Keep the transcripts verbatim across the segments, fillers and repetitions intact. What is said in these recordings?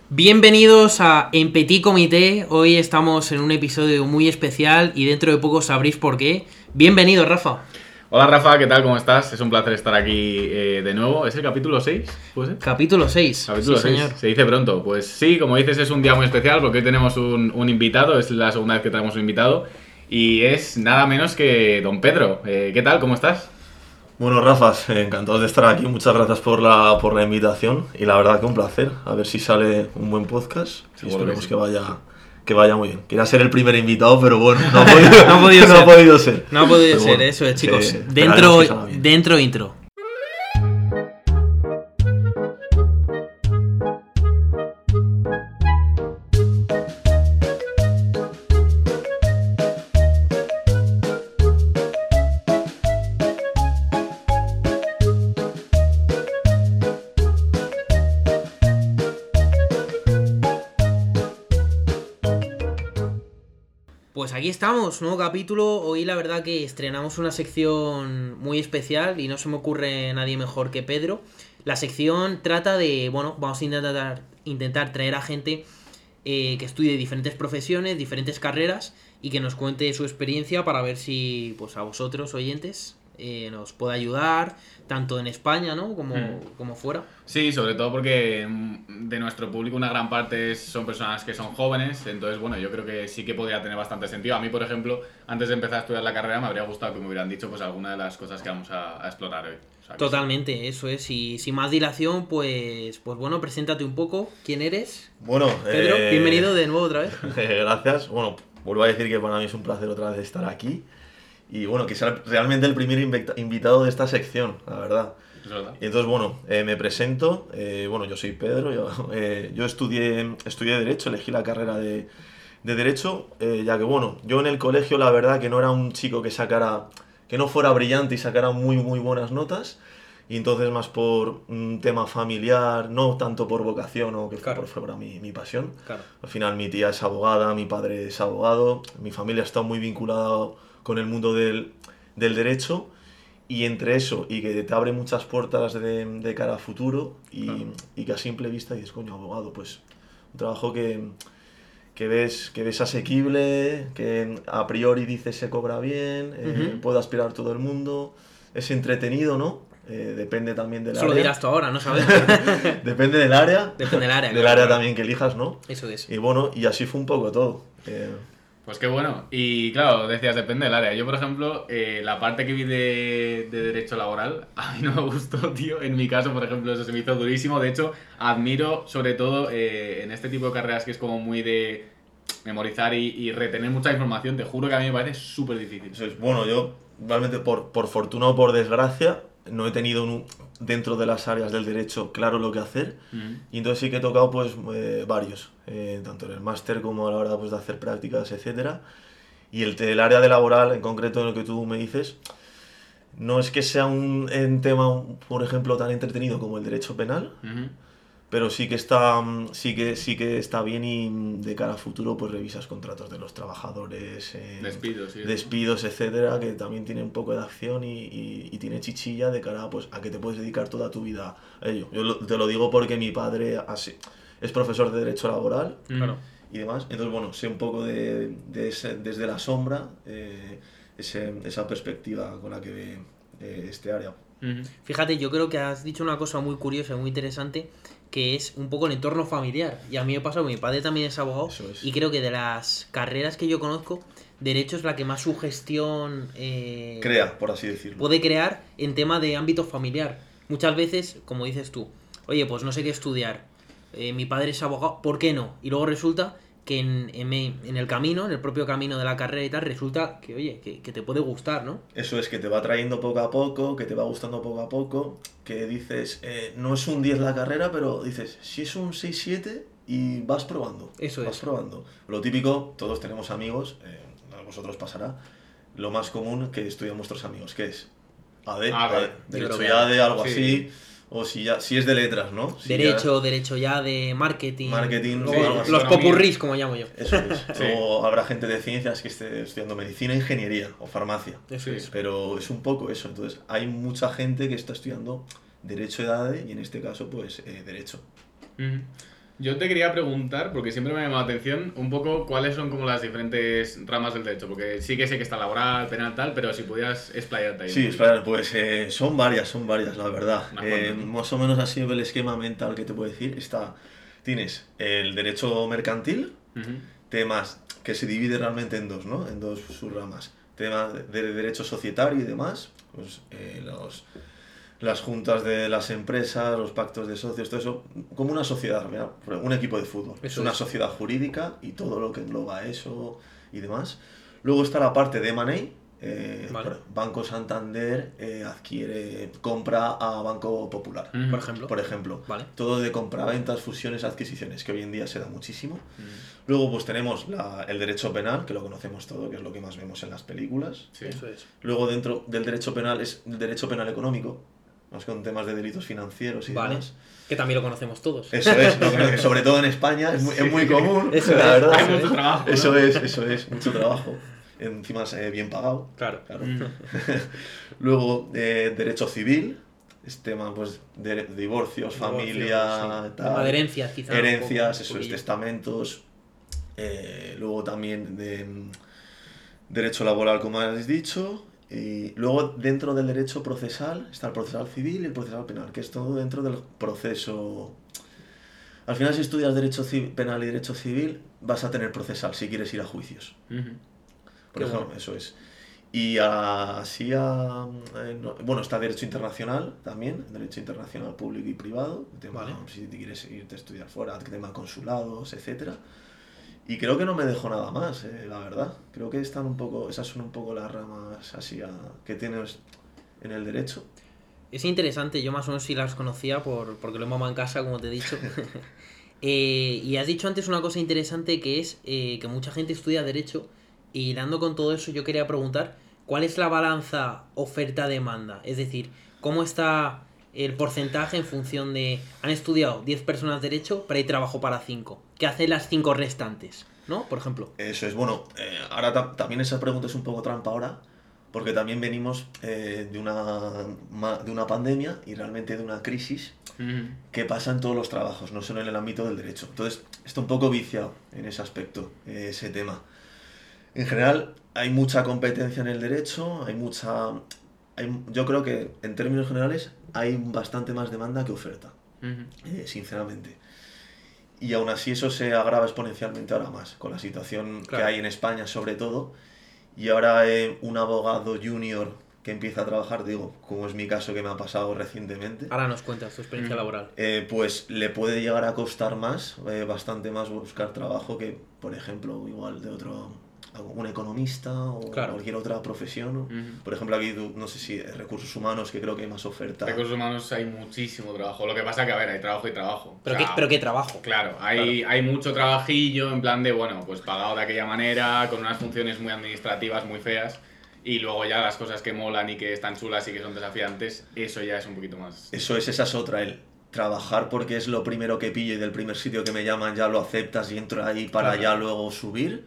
Bienvenidos a En Petit Comité. Hoy estamos en un episodio muy especial y dentro de poco sabréis por qué. Bienvenido, Rafa. Hola Rafa, ¿qué tal? ¿Cómo estás? Es un placer estar aquí eh, de nuevo. ¿Es el capítulo seis? ¿Puede ser? Capítulo seis. Capítulo sí, seis. Señor. Se dice pronto. Pues sí, como dices, es un día muy especial porque hoy tenemos un, un invitado. Es la segunda vez que traemos un invitado. Y es nada menos que don Pedro. Eh, ¿Qué tal? ¿Cómo estás? Bueno, Rafa, encantado de estar aquí. Muchas gracias por la, por la invitación. Y la verdad que un placer. A ver si sale un buen podcast. Y Seguro esperemos que sí. que vaya, que vaya muy bien. Quería ser el primer invitado, pero bueno, no ha podido, No ha podido no ser. ha podido ser. No ha podido Pero ser, bueno, eso es, chicos. que Dentro, esperaremos que salga bien. dentro intro. Pues aquí estamos, nuevo capítulo. Hoy la verdad que estrenamos una sección muy especial y no se me ocurre nadie mejor que Pedro. La sección trata de, bueno, vamos a intentar, intentar traer a gente eh, que estudie diferentes profesiones, diferentes carreras y que nos cuente su experiencia para ver si, pues a vosotros, oyentes, eh, nos puede ayudar, tanto en España, ¿no? Como, Hmm. como fuera. Sí, sobre todo porque mm, de nuestro público una gran parte es- son personas que son jóvenes, entonces bueno, yo creo que sí que podría tener bastante sentido. A mí, por ejemplo, antes de empezar a estudiar la carrera me habría gustado que me hubieran dicho pues alguna de las cosas que vamos a, a explorar hoy. O sea, que Totalmente, eso es. Y sin más dilación, pues, pues bueno, preséntate un poco. ¿Quién eres? Bueno, Pedro, eh, bienvenido de nuevo otra vez. Gracias. Bueno, vuelvo a decir que para mí es un placer otra vez estar aquí. Y bueno, que sea realmente el primer invita- invitado de esta sección, la verdad. sí, es verdad. Y entonces, bueno, eh, me presento. eh, bueno, yo soy Pedro. Yo, eh, yo estudié, estudié Derecho, elegí la carrera de, de Derecho, eh, ya que, bueno, yo en el colegio, la verdad, que no era un chico que sacara, que no fuera brillante y sacara muy, muy buenas notas. Y entonces, más por un tema familiar, no tanto por vocación o que Claro. por fuera mi, mi pasión. Claro. Al final, mi tía es abogada, mi padre es abogado, mi familia está muy vinculada con el mundo del, del derecho. Y entre eso y que te abre muchas puertas de, de cara a futuro y, Claro. y que a simple vista dices, coño, abogado, pues un trabajo que, que, ves, que ves asequible, que a priori dices se cobra bien, eh, Ujú. puede aspirar todo el mundo, es entretenido, ¿no? Eh, depende también del Eso lo área. dirás tú ahora, ¿no sabes? Depende del área. Depende del área, Del claro, área claro. también que elijas, ¿no? Eso es. Y bueno, y así fue un poco todo. Eh, Pues qué bueno. Y claro, decías, depende del área. Yo, por ejemplo, eh, la parte que vi de, de derecho laboral, a mí no me gustó, tío. En mi caso, por ejemplo, eso se me hizo durísimo. De hecho, admiro, sobre todo, eh, en este tipo de carreras que es como muy de memorizar y, y retener mucha información. Te juro que a mí me parece súper difícil. Eso es, bueno, yo realmente por, por fortuna o por desgracia no he tenido un- dentro de las áreas del derecho claro lo que hacer Ujú. y entonces sí que he tocado pues eh, varios, eh, tanto en el máster como a la hora pues, de hacer prácticas, etcétera. Y el, el área de laboral en concreto en el que tú me dices no es que sea un, un tema, por ejemplo, tan entretenido como el derecho penal, Ujú. pero sí que está mm, sí que sí que está bien y mm, de cara a futuro pues revisas contratos de los trabajadores, eh, Despidos, sí. despidos, etcétera, que también tiene un poco de acción y, y- y tiene chichilla de cara pues, a que te puedes dedicar toda tu vida a ello. Yo lo- te lo digo porque mi padre así, es profesor de Derecho Laboral Claro. y demás, entonces bueno, sé un poco de, de ese- desde la sombra eh, ese- esa perspectiva con la que ve eh, este área. Ujú. Fíjate, yo creo que has dicho una cosa muy curiosa y muy interesante, que es un poco el entorno familiar. Y a mí me pasa, mi padre también es abogado, Eso es. y creo que de las carreras que yo conozco, Derecho es la que más sugestión eh, Crea, por así decirlo. puede crear en tema de ámbito familiar. Muchas veces, como dices tú, oye, pues no sé qué estudiar, eh, mi padre es abogado, ¿por qué no? Y luego resulta que en, en, en el camino, en el propio camino de la carrera y tal, resulta que, oye, que, que te puede gustar, ¿no? Eso es, que te va trayendo poco a poco, que te va gustando poco a poco, que dices, eh, no es un diez la carrera, pero dices, si es un seis siete y vas probando. Eso vas es. probando. Lo típico, todos tenemos amigos, eh, a vosotros pasará, lo más común que estudian vuestros amigos, que es A D, Ah, A D, vale. Derecho Yo creo y que A D, algo sí. así, o si ya si es de letras, ¿no? Si Derecho, derecho ya de marketing. Marketing, luego sí, algo así. los economía. popurrís, como llamo yo. ya- Eso es. Sí. O habrá gente de ciencias que esté estudiando medicina, ingeniería o farmacia. Eso Sí. es. Pero es un poco eso. Entonces, hay mucha gente que está estudiando Derecho de A D E y en este caso, pues, eh, Derecho. Ujú. Yo te quería preguntar, porque siempre me ha llamado la atención, un poco cuáles son como las diferentes ramas del derecho, porque sí que sé que está laboral, penal, tal, pero si pudieras explayarte ahí. Sí, espera, pues eh, son varias, son varias, la verdad. Unas Eh, cuantas, ¿no? más o menos así el esquema mental que te puedo decir. Está, tienes el derecho mercantil, Ujú. temas que se divide realmente en dos, ¿no? En dos subramas. Tema de, de derecho societario y demás, pues eh, los, las juntas de las empresas, los pactos de socios, todo eso, como una sociedad, mira, un equipo de fútbol. Eso es una es. sociedad jurídica y todo lo que engloba eso y demás. Luego está la parte de M and A. Eh, Vale. Banco Santander eh, adquiere, compra a Banco Popular, Ujú. Por ejemplo. por ejemplo. Vale. Todo de compraventas, fusiones, adquisiciones, que hoy en día se da muchísimo. Ujú. Luego pues tenemos la- el derecho penal, que lo conocemos todo, que es lo que más vemos en las películas. Sí. Eso es. Luego dentro del derecho penal es el derecho penal económico, más con temas de delitos financieros y Vale. demás. Que también lo conocemos todos. Eso es, lo que- sobre todo en España es muy, es muy común, Eso la es. verdad. Hay Eso mucho es. trabajo, ¿no? Eso es, eso es, mucho trabajo. Encima es bien pagado. Claro. Claro. Mm. Luego, eh, derecho civil, es tema pues, de divorcios, familia, sí. tal. Tema de herencias, quizá. un Herencias, poco, eso un es, poquillo. testamentos. Eh, luego también de mm, derecho laboral, como has dicho. Y luego, dentro del derecho procesal, está el procesal civil y el procesal penal, que es todo dentro del proceso. Al final, si estudias derecho ci- penal y derecho civil, vas a tener procesal si quieres ir a juicios. Ujú. Por Qué ejemplo, bueno. eso es. Y así, a, eh, no- bueno, está derecho internacional también, derecho internacional público y privado, tema, Vale. si te quieres irte a estudiar fuera, tema consulados, etcétera. Y creo que no me dejo nada más, eh, la verdad. Creo que están un poco, esas son un poco las ramas así a- que tienes en el derecho. Es interesante, yo más o menos sí las conocía por, porque lo he mamado en casa, como te he dicho. Eh, y has dicho antes una cosa interesante que es eh, que mucha gente estudia Derecho y dando con todo eso yo quería preguntar ¿cuál es la balanza oferta-demanda? Es decir, ¿cómo está el porcentaje en función de han estudiado diez personas Derecho pero hay trabajo para cinco? ¿Qué hacen las cinco restantes? ¿No? Por ejemplo. Eso es, bueno, eh, ahora ta- también esa pregunta es un poco trampa ahora, porque también venimos eh, de, una, ma- de una pandemia y realmente de una crisis Ujú. que pasa en todos los trabajos, no solo en el ámbito del derecho. Entonces, está un poco viciado en ese aspecto, eh, ese tema. En general, hay mucha competencia en el derecho, hay mucha... Hay, yo creo que, en términos generales, hay bastante más demanda que oferta, Ujú. eh, sinceramente. Y aún así eso se agrava exponencialmente ahora más, con la situación Claro. que hay en España sobre todo. Y ahora eh, un abogado junior que empieza a trabajar, digo, como es mi caso que me ha pasado recientemente, Ahora nos cuentas tu experiencia Mm. laboral. eh, pues le puede llegar a costar más, eh, bastante más buscar trabajo que, por ejemplo, igual de otro, un economista o Claro. cualquier otra profesión. ¿no? Ujú. Por ejemplo, aquí tú- no sé si eh, recursos humanos, que creo que hay más oferta. Recursos humanos hay muchísimo trabajo. Lo que pasa que, a ver, hay trabajo y trabajo. Pero, O sea, qué, pero qué trabajo. Claro, hay, hay mucho trabajillo en plan de, bueno, pues pagado de aquella manera, con unas funciones muy administrativas, muy feas, y luego ya las cosas que molan y que están chulas y que son desafiantes, eso ya es un poquito más... Eso es, esa es otra, el trabajar porque es lo primero que pillo y del primer sitio que me llaman ya lo aceptas y entro ahí para Claro. ya luego subir,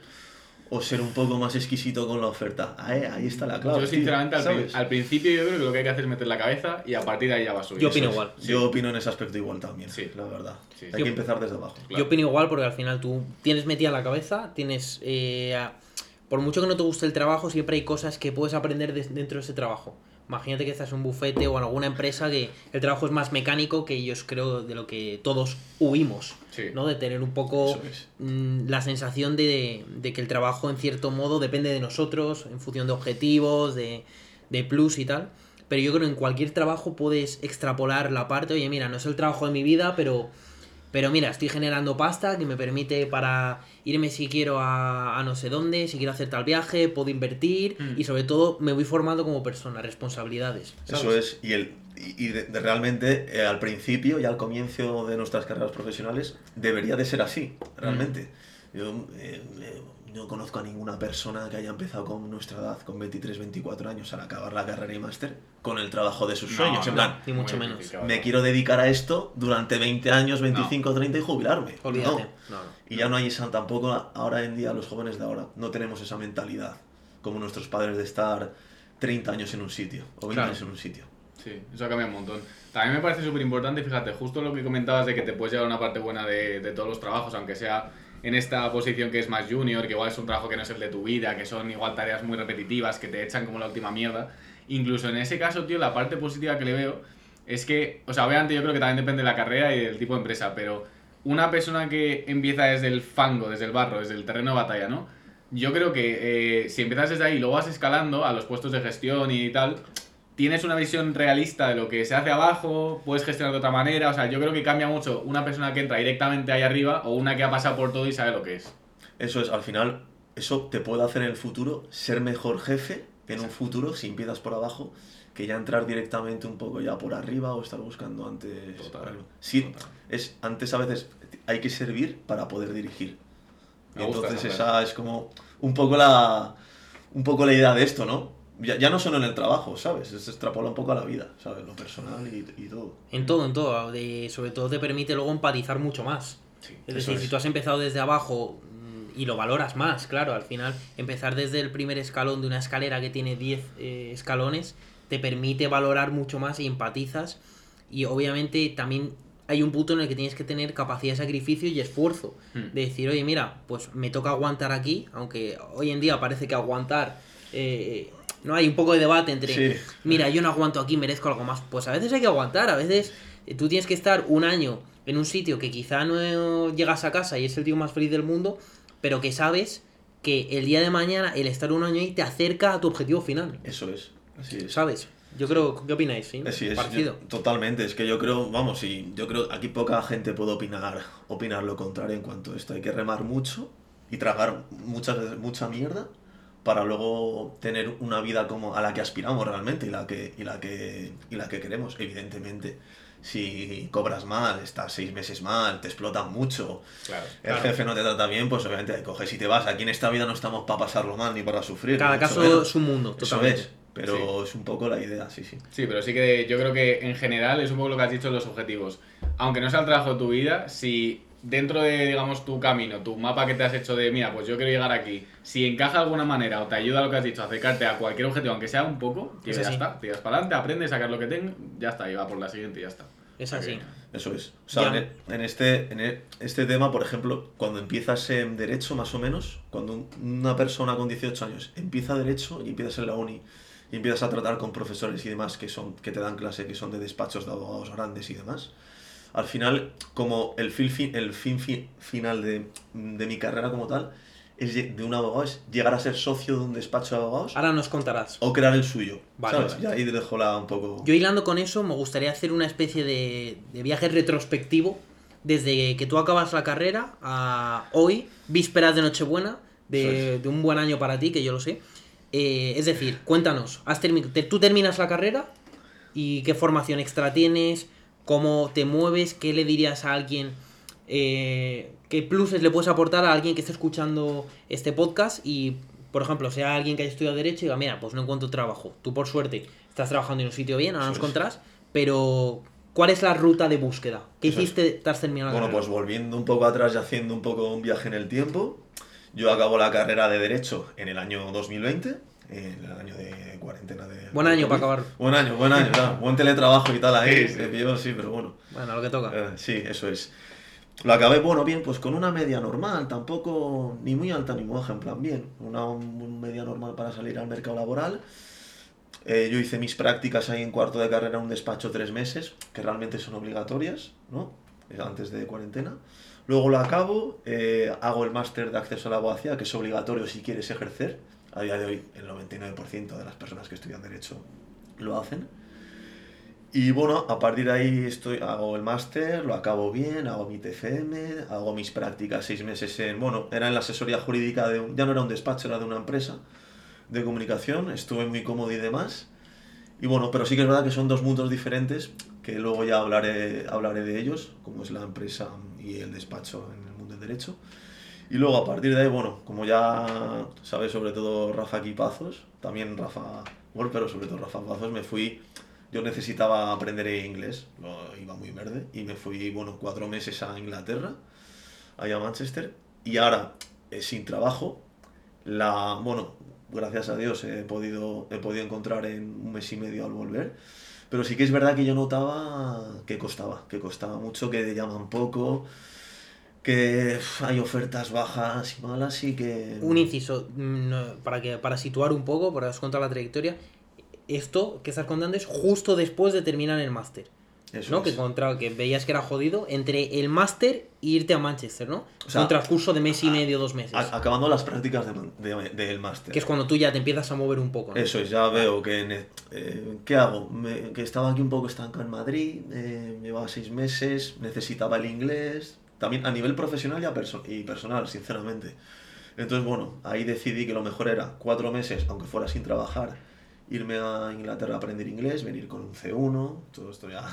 o ser un poco más exquisito con la oferta. Ahí, ahí está la clave. Yo tío, sinceramente al, ¿sabes? prin- al principio yo creo que lo que hay que hacer es meter la cabeza y a partir de ahí ya va a subir. Yo Eso opino es. igual. Sí. Yo opino en ese aspecto igual también, Sí. la verdad. Sí, Hay sí. que empezar desde abajo. Claro. Yo opino igual porque al final tú tienes metida la cabeza, tienes... eh, a- por mucho que no te guste el trabajo, siempre hay cosas que puedes aprender de- dentro de ese trabajo. Imagínate que estás en un bufete o en alguna empresa que el trabajo es más mecánico, que yo creo de lo que todos huimos, Sí. ¿no? De tener un poco Eso es. mm, la sensación de, de que el trabajo en cierto modo depende de nosotros, en función de objetivos, de, de plus y tal. Pero yo creo que en cualquier trabajo puedes extrapolar la parte, oye, mira, no es el trabajo de mi vida, pero... Pero mira, estoy generando pasta que me permite para irme si quiero a, a no sé dónde, si quiero hacer tal viaje, puedo invertir Mm. y sobre todo me voy formando como persona, responsabilidades. ¿sabes? Eso es, y, el, y y de- de realmente eh, al principio y al comienzo de nuestras carreras profesionales debería de ser así, realmente. Yo eh, eh, no conozco a ninguna persona que haya empezado con nuestra edad, con veintitrés, veinticuatro años, al acabar la carrera y máster, con el trabajo de sus No, sueños. En no, plan, ni mucho muy menos. difícil, me cabrón. quiero dedicar a esto durante veinte años, veinticinco, treinta y jubilarme. Olvídate. No. No, no. Y ya no hay esa, tampoco ahora en día los jóvenes de ahora no tenemos esa mentalidad como nuestros padres de estar treinta años en un sitio o veinte Claro. años en un sitio. Sí, eso cambia un montón. También me parece súper importante, fíjate, justo lo que comentabas de que te puedes llevar una parte buena de, de todos los trabajos, aunque sea en esta posición que es más junior, que igual es un trabajo que no es el de tu vida, que son igual tareas muy repetitivas, que te echan como la última mierda. Incluso en ese caso, tío, la parte positiva que le veo es que, o sea, obviamente yo creo que también depende de la carrera y del tipo de empresa, pero una persona que empieza desde el fango, desde el barro, desde el terreno de batalla, ¿no? Yo creo que eh, si empiezas desde ahí y luego vas escalando a los puestos de gestión y tal, tienes una visión realista de lo que se hace abajo, puedes gestionar de otra manera, o sea, yo creo que cambia mucho una persona que entra directamente ahí arriba o una que ha pasado por todo y sabe lo que es. Eso es, al final, eso te puede hacer en el futuro ser mejor jefe en un futuro si empiezas por abajo que ya entrar directamente un poco ya por arriba o estar buscando antes Total, algo. Sí, total. es, antes a veces hay que servir para poder dirigir. Me gusta Entonces esa esa es como un poco la un poco la idea de esto, ¿no? Ya, ya no solo en el trabajo, ¿sabes? Se extrapola un poco a la vida, ¿sabes? Lo personal y, y todo. En todo, en todo. De, sobre todo te permite luego empatizar mucho más. Sí, Es eso decir, es. si tú has empezado desde abajo mm, y lo valoras más, claro, al final empezar desde el primer escalón de una escalera que tiene diez eh, escalones te permite valorar mucho más y empatizas. Y obviamente también hay un punto en el que tienes que tener capacidad de sacrificio y esfuerzo. Hmm. De decir, oye, mira, pues me toca aguantar aquí, aunque hoy en día parece que aguantar... eh, no hay un poco de debate entre, Sí. mira, yo no aguanto aquí, merezco algo más. Pues a veces hay que aguantar, a veces eh, tú tienes que estar un año en un sitio que quizá no llegas a casa y es el tío más feliz del mundo, pero que sabes que el día de mañana el estar un año ahí te acerca a tu objetivo final. Eso es, así es. ¿Sabes? Yo creo, ¿qué opináis? ¿Sí? Así es, Parecido. yo- totalmente, es que yo creo, vamos, sí, yo creo aquí poca gente puede opinar, opinar lo contrario en cuanto a esto. Hay que remar mucho y tragar muchas veces mucha mierda para luego tener una vida como a la que aspiramos realmente y la que, y la que, y la que queremos. Evidentemente, si cobras mal, estás seis meses mal, te explotan mucho, Claro. el Claro. jefe no te trata bien, pues obviamente coges y te vas. Aquí en esta vida no estamos para pasarlo mal ni para sufrir. Cada ni mucho caso menos. es un mundo, Eso totalmente. es, pero es un poco la idea, sí, sí. Sí, pero sí que yo creo que en general es un poco lo que has dicho en los objetivos. Aunque no sea el trabajo de tu vida, si dentro de, digamos, tu camino, tu mapa que te has hecho de, mira, pues yo quiero llegar aquí, si encaja de alguna manera o te ayuda lo que has dicho, a acercarte a cualquier objetivo, aunque sea un poco, que Es ya así. está, tiras para adelante, aprendes, sacas lo que tengas, ya está, y va por la siguiente y ya está. Es O sea así. que- Eso es. O sea, Ya. en, en este, en e- este tema, por ejemplo, cuando empiezas en Derecho, más o menos, cuando un- una persona con dieciocho años empieza Derecho y empiezas en la uni y empiezas a tratar con profesores y demás que, son, que te dan clase, que son de despachos de abogados grandes y demás, al final, como el fin, fin- el fin, fin- final de, de mi carrera como tal, es lle- de un abogado, es llegar a ser socio de un despacho de abogados Ahora nos contarás. o crear el suyo. Vale, ¿Sabes? vale. Y ahí dejo la un poco... Yo hilando con eso, me gustaría hacer una especie de, de viaje retrospectivo desde que tú acabas la carrera a hoy, vísperas de Nochebuena, de, de un buen año para ti, que yo lo sé. Eh, es decir, cuéntanos, has termi- te- tú terminas la carrera y qué formación extra tienes, cómo te mueves, qué le dirías a alguien, eh, qué pluses le puedes aportar a alguien que esté escuchando este podcast y, por ejemplo, sea alguien que haya estudiado Derecho y diga, mira, pues no encuentro trabajo. Tú, por suerte, estás trabajando en un sitio bien, ahora Eso nos es. contarás, pero ¿cuál es la ruta de búsqueda? ¿Qué Eso es. hiciste tras terminar la Bueno, carrera? pues volviendo un poco atrás y haciendo un poco un viaje en el tiempo, yo acabo la carrera de Derecho en el año dos mil veinte, en el año de cuarentena de... Buen año de para COVID. acabar. Buen año, buen año, ya, buen teletrabajo y tal ahí, Sí, sí. me pilló, sí, pero bueno. Bueno, lo que toca. Eh, sí, eso es. Lo acabé, bueno, bien, pues con una media normal, tampoco ni muy alta ni muy baja, en plan bien, una un- media normal para salir al mercado laboral. Eh, yo hice mis prácticas ahí en cuarto de carrera en un despacho tres meses, que realmente son obligatorias, ¿no? Eh, Antes de cuarentena. Luego lo acabo, eh, hago el máster de acceso a la abogacía, que es obligatorio si quieres ejercer. A día de hoy, el noventa y nueve por ciento de las personas que estudian Derecho lo hacen. Y bueno, a partir de ahí estoy, hago el máster, lo acabo bien, hago mi T F M, hago mis prácticas seis meses en, bueno, era en la asesoría jurídica de un, ya no era un despacho, era de una empresa de comunicación, estuve muy cómodo y demás. Y bueno, pero sí que es verdad que son dos mundos diferentes, que luego ya hablaré, hablaré de ellos, como es la empresa y el despacho en el mundo del derecho. Y luego a partir de ahí, bueno, como ya sabes, sobre todo Rafa Quipazos, también Rafa Gol, pero sobre todo Rafa Pazos, me fui, yo necesitaba aprender inglés, lo- iba muy verde, y me fui, bueno, cuatro meses a Inglaterra, allá a Manchester, y ahora, eh, sin trabajo, la, bueno, gracias a Dios he podido, he podido encontrar en un mes y medio al volver, Pero sí que es verdad que yo notaba que costaba, que costaba mucho, que llaman poco, que uf, hay ofertas bajas y malas y que... Un inciso, mm, no, para que para situar un poco, para contar la trayectoria, esto que estás contando es justo después de terminar el máster. Eso ¿No? es. Que, contra, que veías que era jodido entre el máster e irte a Manchester, ¿no? O sea, un transcurso de mes y medio, dos meses. A- acabando las prácticas del de, de, máster. Que es cuando tú ya te empiezas a mover un poco, ¿no? Eso es, ya veo que... ne- eh, ¿Qué hago? Me- que estaba aquí un poco estancado en Madrid, eh, llevaba seis meses, necesitaba el inglés, también a nivel profesional y, a perso- y personal, sinceramente. Entonces, bueno, ahí decidí que lo mejor era cuatro meses, aunque fuera sin trabajar, irme a Inglaterra a aprender inglés, venir con un C uno, todo esto ya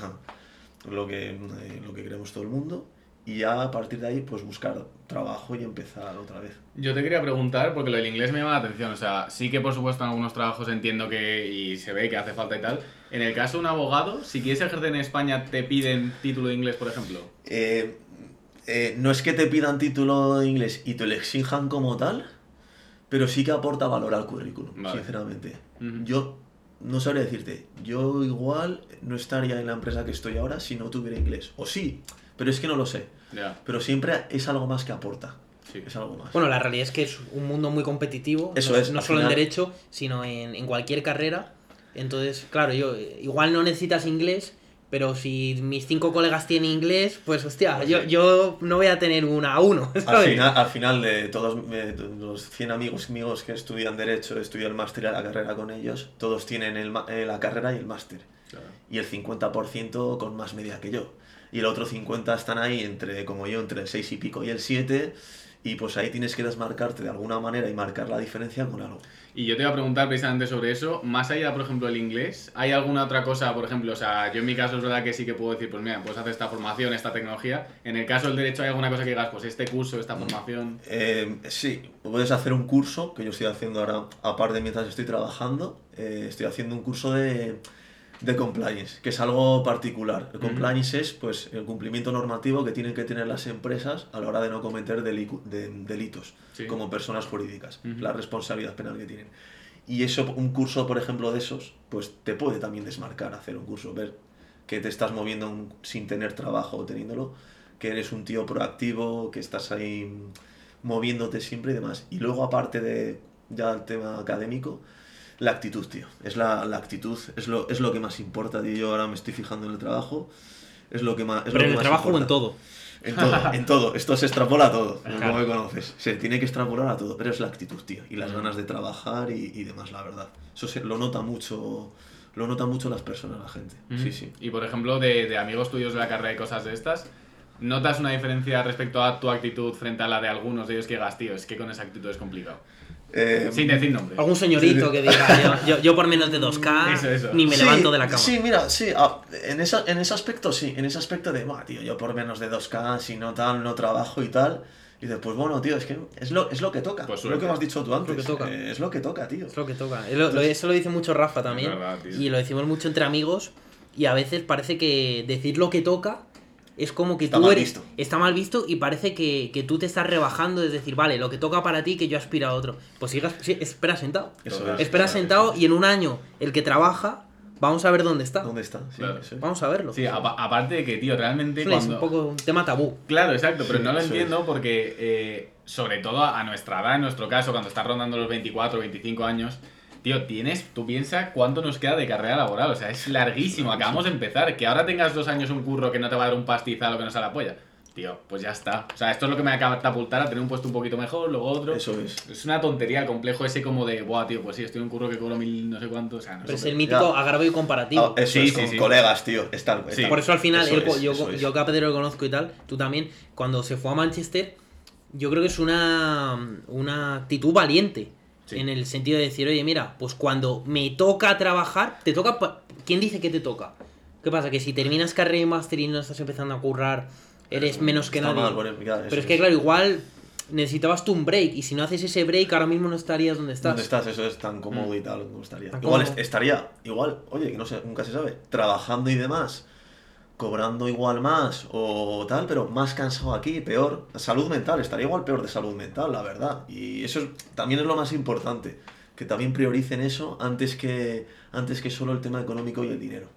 lo que, eh, lo que queremos todo el mundo, y ya a partir de ahí pues buscar trabajo y empezar otra vez. Yo te quería preguntar, porque lo del inglés me llama la atención, o sea, sí que por supuesto en algunos trabajos entiendo que, y se ve que hace falta y tal, en el caso de un abogado, si quieres ejercer en España, ¿te piden título de inglés, por ejemplo? Eh, eh, no es que te pidan título de inglés y te lo exijan como tal, pero sí que aporta valor al currículum, Vale. sinceramente. Ujú. Yo no sabría decirte, yo igual no estaría en la empresa que estoy ahora si no tuviera inglés. O sí, pero es que no lo sé. Ya, Pero siempre es algo más que aporta. sí. Es algo más. Bueno, la realidad es que es un mundo muy competitivo, Eso no, es, no al solo en final- derecho, sino en, en cualquier carrera. Entonces, claro, yo eh, igual no necesitas inglés, pero si mis cinco colegas tienen inglés, pues hostia, Pues yo, sí. yo no voy a tener una a uno, Al ¿sabes? final, al final de todos eh, los cien amigos míos que estudian Derecho, estudian el máster y la carrera con ellos, todos tienen el, ma- eh, la carrera y el máster. Claro. Y el cincuenta por ciento con más media que yo. Y el otro cincuenta por ciento están ahí, entre como yo, entre el seis y pico y el siete. Y pues ahí tienes que desmarcarte de alguna manera y marcar la diferencia con algo. Y yo te iba a preguntar precisamente sobre eso, más allá, por ejemplo, del inglés, ¿hay alguna otra cosa, por ejemplo, o sea, yo en mi caso es verdad que sí que puedo decir, pues mira, puedes hacer esta formación, esta tecnología, en el caso del derecho hay alguna cosa que digas, pues este curso, esta formación... Eh, sí, puedes hacer un curso que yo estoy haciendo ahora, aparte mientras estoy trabajando, eh, estoy haciendo un curso de, de compliance, que es algo particular. El Ujú. compliance es pues el cumplimiento normativo que tienen que tener las empresas a la hora de no cometer delicu- de- delitos Sí. como personas jurídicas, Ujú. la responsabilidad penal que tienen. Y eso, un curso, por ejemplo, de esos, pues te puede también desmarcar hacer un curso, ver que te estás moviendo un- sin tener trabajo o teniéndolo, que eres un tío proactivo, que estás ahí moviéndote siempre y demás. Y luego, aparte de ya el tema académico, la actitud, tío. Es la, la actitud, es lo, es lo que más importa, tío. Yo ahora me estoy fijando en el trabajo, es lo que más es Pero lo en que el más trabajo o en importa. todo. En todo, en todo. Esto se extrapola a todo, como Claro. me conoces. Se tiene que extrapolar a todo, pero es la actitud, tío. Y las ganas de trabajar y, y demás, la verdad. Eso se, lo nota mucho, lo nota mucho las personas, la gente. Ujú. Sí, sí. Y por ejemplo, de, de amigos tuyos de la carrera y cosas de estas, ¿notas una diferencia respecto a tu actitud frente a la de algunos de ellos que digas, tío, es que con esa actitud es complicado? Eh, Sin decir nombres. Algún señorito Sí. que diga, yo, yo, yo por menos de dos K Eso, eso. ni me sí, levanto de la cama. Sí, mira, sí. ah, en, esa, en ese aspecto sí. En ese aspecto de, "Buah, tío, yo por menos de dos K, si no tal, no trabajo y tal". Y después, bueno, tío, es que es lo, es lo que toca. Pues es lo suerte. que me has dicho tú antes. que toca. Eh, es lo que toca, tío. Es lo que toca. Es lo- lo- eso lo dice mucho Rafa también. Es verdad, tío. Y lo decimos mucho entre amigos. Y a veces parece que decir lo que toca es como que Está tú mal eres. visto. Está mal visto y parece que, que tú te estás rebajando. Es decir, vale, lo que toca para ti, que yo aspiro a otro. Pues sigas, sí, espera sentado. Eso Total. es. Espera Eso es, sentado eso es. y en un año el que trabaja, vamos a ver dónde está. ¿Dónde está? Sí, Claro. eso es. Vamos a verlo. Sí, apa- aparte de que, tío, realmente Es un- cuando... Es un poco un tema tabú. Claro, exacto, pero Sí, no lo eso entiendo porque, eh, sobre todo a nuestra edad, en nuestro caso, cuando estás rondando los veinticuatro, veinticinco años, tío, tienes, tú piensas cuánto nos queda de carrera laboral, o sea, es larguísimo, acabamos de empezar, que ahora tengas dos años un curro que no te va a dar un pastizal o que no se la polla, tío, pues ya está, o sea, esto es lo que me acaba de catapultar a tener un puesto un poquito mejor, luego otro, Eso es. es una tontería, el complejo ese como de, buah, tío, pues sí, estoy en un curro que cobro mil no sé cuánto, o sea, no Pero es sé. el mítico Ya. agravio comparativo. Ah, eso Sí, es, sí, con sí. colegas, tío. Está, Sí. está- Por eso al final, eso él- es, yo, eso es. yo que a Pedro lo conozco y tal, tú también, cuando se fue a Manchester, yo creo que es una, una actitud valiente. Sí. En el sentido de decir, oye, mira, pues cuando me toca trabajar, te toca... pa- ¿Quién dice que te toca? ¿Qué pasa? Que si terminas carrera y máster y no estás empezando a currar, eres menos que Está nadie. mal, bueno, ya, eso Pero es que, claro, igual necesitabas tú un break. Y si no haces ese break, ahora mismo no estarías donde estás. ¿Dónde estás? Eso es tan cómodo y tal, no estaría. Tan Igual cómodo. est- estaría, igual, oye, que no sé, nunca se sabe, trabajando y demás, cobrando igual más o tal, pero más cansado aquí, peor. Salud mental, estaría igual peor de salud mental, la verdad. Y eso es- también es lo más importante, que también prioricen eso antes que, antes que solo el tema económico y el dinero.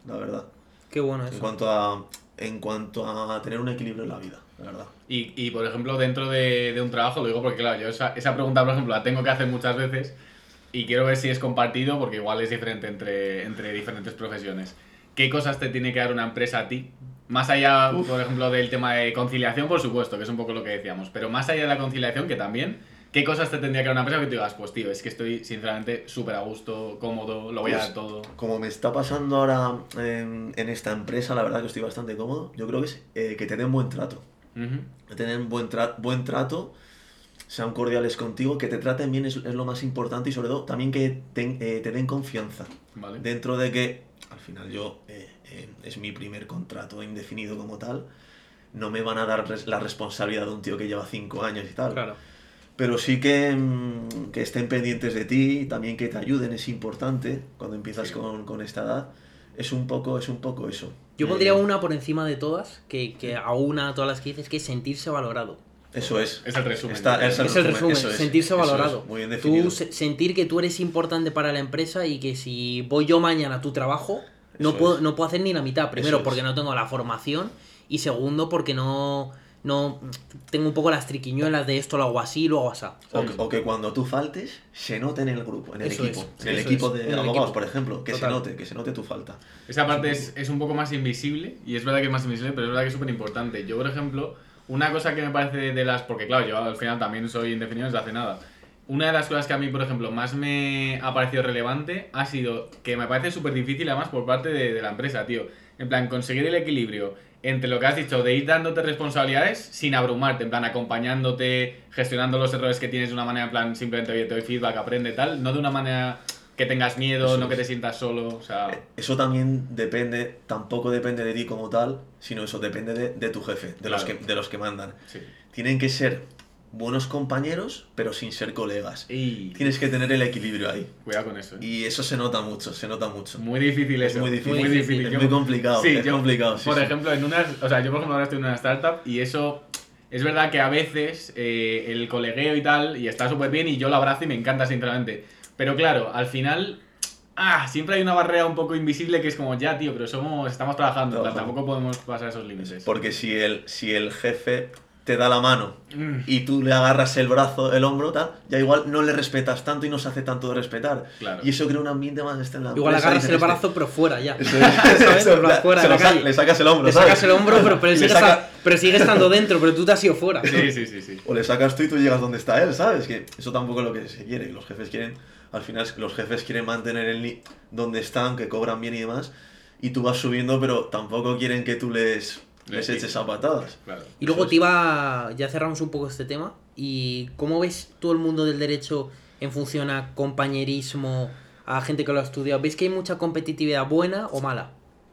la verdad. Qué bueno En eso. cuanto a, en cuanto a tener un equilibrio en la vida, la verdad. Y, y por ejemplo, dentro de, de un trabajo, lo digo porque, claro, yo esa, esa pregunta, por ejemplo, la tengo que hacer muchas veces y quiero ver si es compartido porque igual es diferente entre, entre diferentes profesiones. ¿Qué cosas te tiene que dar una empresa a ti? Más allá, Uf. por ejemplo, del tema de conciliación, por supuesto, que es un poco lo que decíamos, pero más allá de la conciliación, que también, ¿qué cosas te tendría que dar una empresa que te digas, pues tío, es que estoy sinceramente súper a gusto, cómodo, lo voy a Pues, dar todo? Como me está pasando ahora en, en esta empresa, la verdad que estoy bastante cómodo. Yo creo que es eh, que te den buen trato. Ujú. Que te den buen, tra- buen trato, sean cordiales contigo, que te traten bien es, es lo más importante y sobre todo también que te, eh, te den confianza. Vale. Dentro de que, al final yo, eh, eh, es mi primer contrato indefinido como tal, no me van a dar res- la responsabilidad de un tío que lleva cinco años y tal. Claro. Pero sí que, mm, que estén pendientes de ti, también que te ayuden, es importante cuando empiezas Sí. con, con esta edad. Es un poco, es un poco eso. Yo Eh, pondría una por encima de todas, que, que a una a todas las que dices, que es sentirse valorado. Eso es. Es el resumen. Está- es el Es el resumen, resumen, eso es, sentirse eso es, valorado. muy bien definido. Tú se- sentir que tú eres importante para la empresa y que si voy yo mañana a tu trabajo, no Eso puedo, es. no puedo hacer ni la mitad. Primero, Eso es. porque no tengo la formación y segundo, porque no, no tengo un poco las triquiñuelas de esto lo hago así, lo hago así. O, que- o que cuando tú faltes, se note en el grupo, en el Eso equipo. es, en el eso equipo es, de en el abogados, equipo. por ejemplo. Que Total. se note, que se note tu falta. Esa parte es, es un poco más invisible, y es verdad que es más invisible, pero es verdad que es súper importante. Yo, por ejemplo, una cosa que me parece de las... Porque claro, yo al final también soy indefinido desde hace nada. Una de las cosas que a mí, por ejemplo, más me ha parecido relevante ha sido que me parece súper difícil además por parte de, de la empresa, tío. En plan, conseguir el equilibrio entre lo que has dicho de ir dándote responsabilidades sin abrumarte, en plan, acompañándote, gestionando los errores que tienes de una manera, en plan, simplemente, oye, te doy feedback, aprende, tal, no de una manera que tengas miedo, Eso no que es. te sientas solo, o sea... Eso también depende, tampoco depende de ti como tal, sino eso depende de, de tu jefe, de, los que, Claro. de los que mandan. Sí. Tienen que ser buenos compañeros, pero sin ser colegas. Y... Tienes que tener el equilibrio ahí. Cuidado con eso, ¿eh? Y eso se nota mucho, se nota mucho. Muy difícil Es eso. muy difícil. Muy difícil. Es Yo- muy complicado, Sí, es yo, complicado, sí, por sí. ejemplo, en una... O sea, yo por ejemplo ahora estoy en una startup y eso... Es verdad que a veces eh, el colegueo y tal, y está súper bien y yo lo abrazo y me encanta sinceramente. Pero claro, al final... Ah, siempre hay una barrera un poco invisible que es como, ya tío, pero somos estamos trabajando, en plan, Trabajando. tampoco podemos pasar esos límites. Porque si el, si el jefe te da la mano Mm, y tú le agarras el brazo, el hombro, tal, ya igual no le respetas tanto y no se hace tanto de respetar. Claro. Y eso crea un ambiente más este en la Igual empresa, agarras dices, el este- brazo, pero fuera ya. Eso es, ¿Sabes? eso, En plan, fuera se de lo la sa- calle. le sacas el hombro, Le ¿sabes? sacas el hombro, pero, pero, Le sigue, saca- esta- pero sigue estando dentro, pero tú te has ido fuera. Sí, sí, sí, sí. O le sacas tú y tú llegas donde está él, ¿sabes? Que eso tampoco es lo que se quiere. Los jefes quieren, al final, los jefes quieren mantener el ni- donde están, que cobran bien y demás, y tú vas subiendo, pero tampoco quieren que tú les, les Sí. eches a patadas. Claro. Y luego Eso es. te iba, ya cerramos un poco este tema, y ¿cómo ves todo el mundo del derecho en función a compañerismo, a gente que lo ha estudiado? ¿Ves que hay mucha competitividad buena o mala?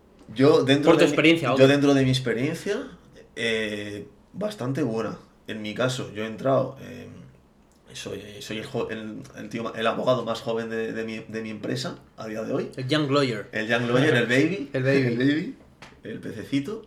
Yo, dentro Por tu de mi- experiencia, yo obvio. dentro de mi experiencia, eh, bastante buena. En mi caso, yo he entrado, eh, soy, soy el, jo- el, el tío ma- el abogado más joven de, de mi, de mi empresa a día de hoy. El Young Lawyer. El Young Lawyer, el baby. El baby. El baby, el pececito.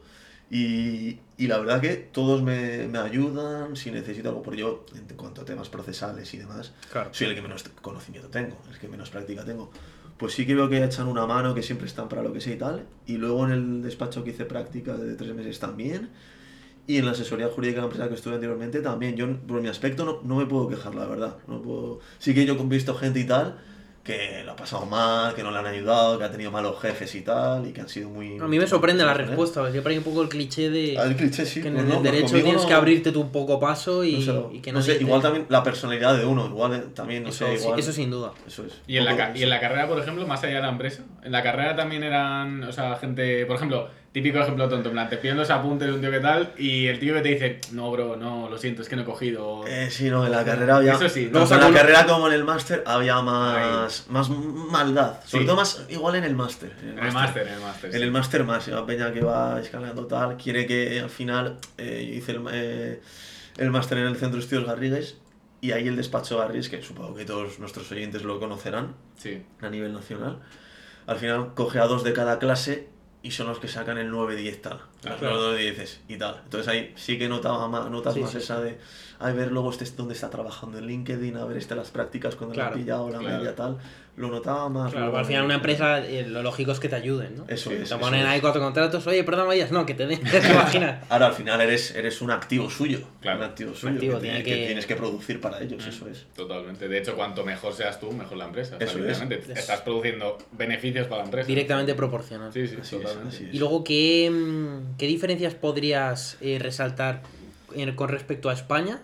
Y, y la verdad que todos me, me ayudan si necesito algo. Porque yo, en cuanto a temas procesales y demás, Claro. soy el que menos conocimiento tengo, el que menos práctica tengo. Pues sí que veo que echan una mano, que siempre están para lo que sea y tal. Y luego en el despacho que hice práctica de tres meses también. Y en la asesoría jurídica de la empresa que estuve anteriormente también. Yo, por mi aspecto, no, no me puedo quejar, la verdad. No puedo... Sí que yo he visto gente y tal que lo ha pasado mal, que no le han ayudado, que ha tenido malos jefes y tal, y que han sido muy... A mí me sorprende la muy- respuesta, siempre hay un poco el cliché de Ah, el cliché sí. que en pues el no, pues derecho conmigo tienes no- que abrirte tú un poco paso y, no sé, y que no no sé, te- igual también la personalidad de uno, igual eh, también, no Eso, sé, sí, igual... eso sin duda. Eso es. Y en, la, Un poco ca- y en la carrera, por ejemplo, más allá de la empresa, en la carrera también eran, o sea, gente, por ejemplo, típico ejemplo tonto, en plan, te piden los apuntes de un tío que tal y el tío que te dice, no, bro, no, lo siento, es que no he cogido. Eh, sí, no, en la carrera había... Eso sí, tanto no, en la con- carrera como en el máster había más, más maldad. Sobre Sí. todo más igual en el máster. En el máster, en el máster. En sí. el máster más, una peña que va escalando tal, quiere que al final eh, yo hice el, eh, el máster en el Centro de Estudios Garrigues y ahí el despacho Garrigues, que supongo que todos nuestros oyentes lo conocerán Sí. a nivel nacional, al final coge a dos de cada clase y son los que sacan el nueve diez tal, Claro. los nueve diez y tal. Entonces ahí sí que notaba más, notas Sí, más sí. esa de, ay, ver luego este dónde está trabajando en LinkedIn, a ver este las prácticas cuando Claro, lo han pillado, la claro. media tal, lo notaba más. Claro, luego al final en- una empresa, eh, lo lógico es que te ayuden, ¿no? Eso Sí, es. Te eso ponen es. ahí cuatro contratos, oye, perdón, vayas, no, que te den, ¿te imaginas? Ahora al final eres, eres un activo suyo, Claro. un activo suyo, activo, que, tiene tiene- que que- tienes que producir para ellos, Mm. eso es. Totalmente. De hecho, cuanto mejor seas tú, mejor la empresa. O sea, Eso es. literalmente, Estás produciendo beneficios para la empresa. Directamente proporcional. Sí, sí, Así es, totalmente. así es. Y luego, ¿qué, mm, qué diferencias podrías eh, resaltar en- con respecto a España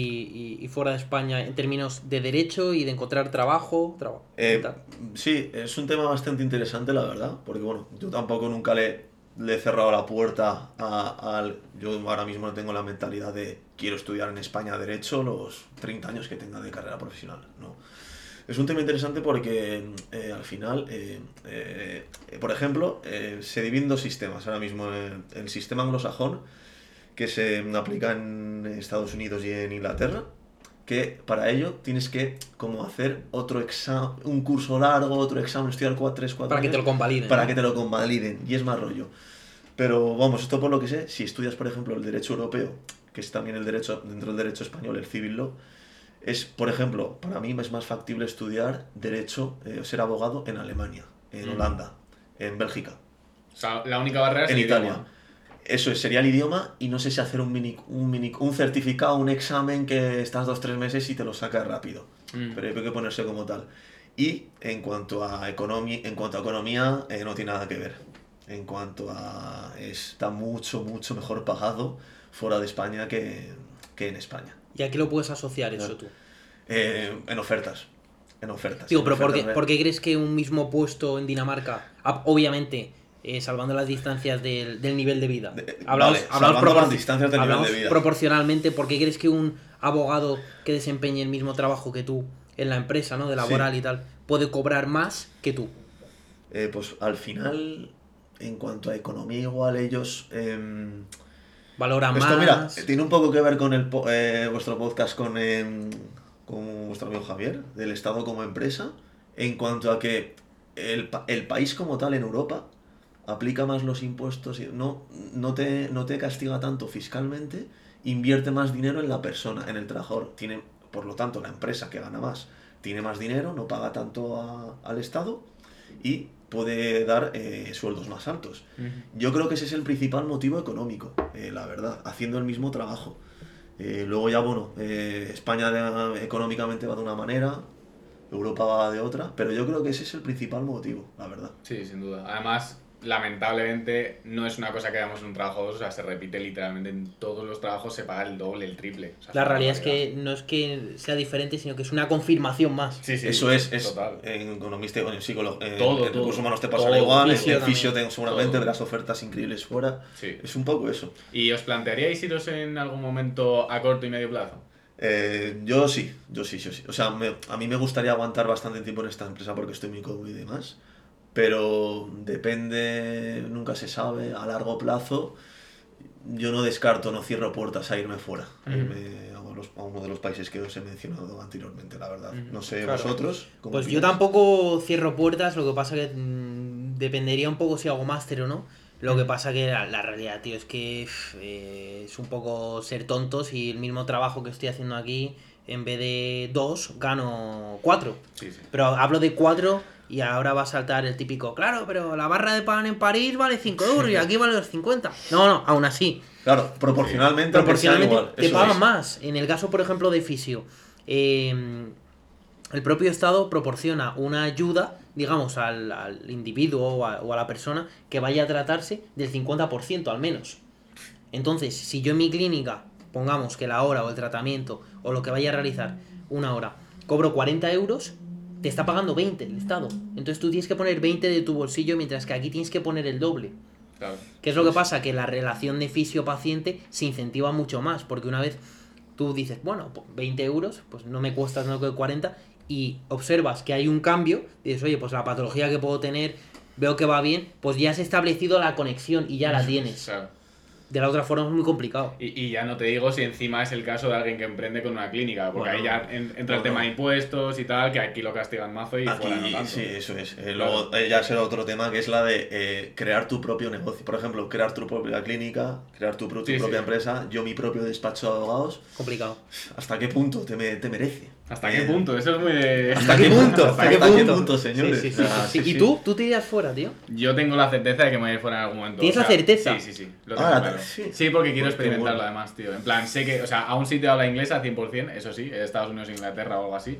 y, y- y fuera de España en términos de derecho y de encontrar trabajo? trabajo Eh, y tal? sí, es un tema bastante interesante, la verdad, porque bueno, yo tampoco nunca le, le he cerrado la puerta a- al... Yo ahora mismo no tengo la mentalidad de quiero estudiar en España Derecho los treinta años que tenga de carrera profesional, no. Es un tema interesante porque eh, al final, eh, eh, por ejemplo, eh, se dividen dos sistemas ahora mismo. El, el sistema anglosajón, que se aplica en Estados Unidos y en Inglaterra, que para ello tienes que como hacer otro examen, un curso largo, otro examen, estudiar cuatro, tres, cuatro Para que años, te lo convaliden. para ¿no? que te lo convaliden, y es más rollo. Pero vamos, esto por lo que sé, si estudias por ejemplo el derecho europeo, que es también el derecho, dentro del derecho español, el civil law, es, por ejemplo, para mí es más factible estudiar derecho, eh, ser abogado en Alemania, en Mm. Holanda, en Bélgica, O sea, la única barrera es en el Italia. idioma. Eso es, sería el idioma, y no sé si hacer un mini, un mini, un certificado, un examen que estás dos tres meses y te lo sacas rápido. Mm. Pero hay que ponerse como tal. Y en cuanto a economía, en cuanto a economía, eh, no tiene nada que ver. En cuanto a está mucho mucho mejor pagado fuera de España que, que en España. ¿Y a qué lo puedes asociar eso tú? Eh, en ofertas, en ofertas. Digo, en pero ¿por qué, ofertas de- por qué crees que un mismo puesto en Dinamarca, ah, obviamente, eh, salvando las distancias del, del nivel de vida, De- hablamos, vale, hablamos salvando propor- las distancias del nivel hablamos de vida. proporcionalmente, ¿por qué crees que un abogado que desempeñe el mismo trabajo que tú en la empresa, ¿no? De laboral Sí. y tal, puede cobrar más que tú? Eh, pues al final, en cuanto a economía, igual ellos... em, Valora Esto, más. mira, tiene un poco que ver con el po- eh, vuestro podcast con, em, con vuestro amigo Javier, del Estado como empresa, en cuanto a que el, pa- el país como tal en Europa aplica más los impuestos, y no, no, te, no te castiga tanto fiscalmente, invierte más dinero en la persona, en el trabajador. Tiene, por lo tanto, la empresa que gana más tiene más dinero, no paga tanto a- al Estado y puede dar eh, sueldos más altos. Yo creo que ese es el principal motivo económico, eh, la verdad, haciendo el mismo trabajo. Eh, luego ya, bueno, eh, España de- económicamente va de una manera, Europa va de otra, pero yo creo que ese es el principal motivo, la verdad. Sí, sin duda. Además, lamentablemente, no es una cosa que hagamos en un trabajo o dos, o sea, se repite literalmente en todos los trabajos, se paga el doble, el triple. O sea, La una realidad es barbaridad. que no es que sea diferente, sino que es una confirmación más. Sí, sí, Eso es, es total. en economista, bueno, en psicólogo, en, Todo, en todo. recursos humanos te pasará Todo, igual, en fisio en fisio también. te- seguramente Todo. verás ofertas increíbles fuera. Sí. Es un poco eso. ¿Y os plantearíais iros en algún momento a corto y medio plazo? Eh, yo sí, yo sí, yo sí. O sea, me- a mí me gustaría aguantar bastante tiempo en esta empresa porque estoy muy cómodo y demás. Pero depende, nunca se sabe, a largo plazo. Yo no descarto, no cierro puertas a irme fuera, a, irme a, uno de los- a uno de los países que os he mencionado anteriormente, la verdad. No sé, Claro. vosotros. ¿cómo Pues yo opináis? tampoco cierro puertas, lo que pasa que mm, dependería un poco si hago máster o no. Lo que pasa que la, la realidad, tío, es que pff, eh, es un poco ser tontos y el mismo trabajo que estoy haciendo aquí, en vez de dos, gano cuatro. Sí, sí. Pero hablo de cuatro y ahora va a saltar el típico, claro, pero la barra de pan en París vale cinco euros y aquí vale los cincuenta. No, no, aún así. Claro, proporcionalmente, aunque sea Proporcionalmente igual, te eso pagan es. más. En el caso, por ejemplo, de fisio, eh, el propio Estado proporciona una ayuda, digamos, al, al individuo o a, o a la persona que vaya a tratarse del cincuenta por ciento al menos. Entonces, si yo en mi clínica, pongamos que la hora o el tratamiento o lo que vaya a realizar, una hora, cobro cuarenta euros, te está pagando veinte el Estado. Entonces tú tienes que poner veinte de tu bolsillo, mientras que aquí tienes que poner el doble. Claro. ¿Qué es lo que pasa? Que la relación de fisio-paciente se incentiva mucho más, porque una vez tú dices, bueno, pues veinte euros, pues no me cuesta no que cuarenta, y observas que hay un cambio, y dices, oye, pues la patología que puedo tener, veo que va bien, pues ya has establecido la conexión y ya la tienes. Claro. De la otra forma es muy complicado. Y, y ya no te digo si encima es el caso de alguien que emprende con una clínica, porque Bueno, ahí ya en- entra el bueno. tema de impuestos y tal, que aquí lo castigan mazo y Aquí, fuera no tanto. sí, eso es. Eh, luego eh, ya será otro tema que es la de eh, crear tu propio negocio. Por ejemplo, crear tu propia clínica, crear tu, pro- tu Sí, propia sí. empresa, yo mi propio despacho de abogados. Complicado. ¿Hasta qué punto te, me- te merece? ¿Hasta Eh, qué punto? Eso es muy de... ¿Hasta qué punto? ¿Hasta qué ¿Hasta qué punto? punto, señores? Sí, sí, sí, O sea, sí, sí. sí, ¿Y sí. tú? ¿Tú te irías fuera, tío? Yo tengo la certeza de que me voy a ir fuera en algún momento. ¿Tienes la certeza? Sí, sí, sí. Lo tengo Ah, claro. sí. Sí, porque quiero Pues qué experimentarlo bueno. además, tío. En plan, sé que, o sea, a un sitio habla inglés al cien por cien, eso sí, Estados Unidos, Inglaterra o algo así.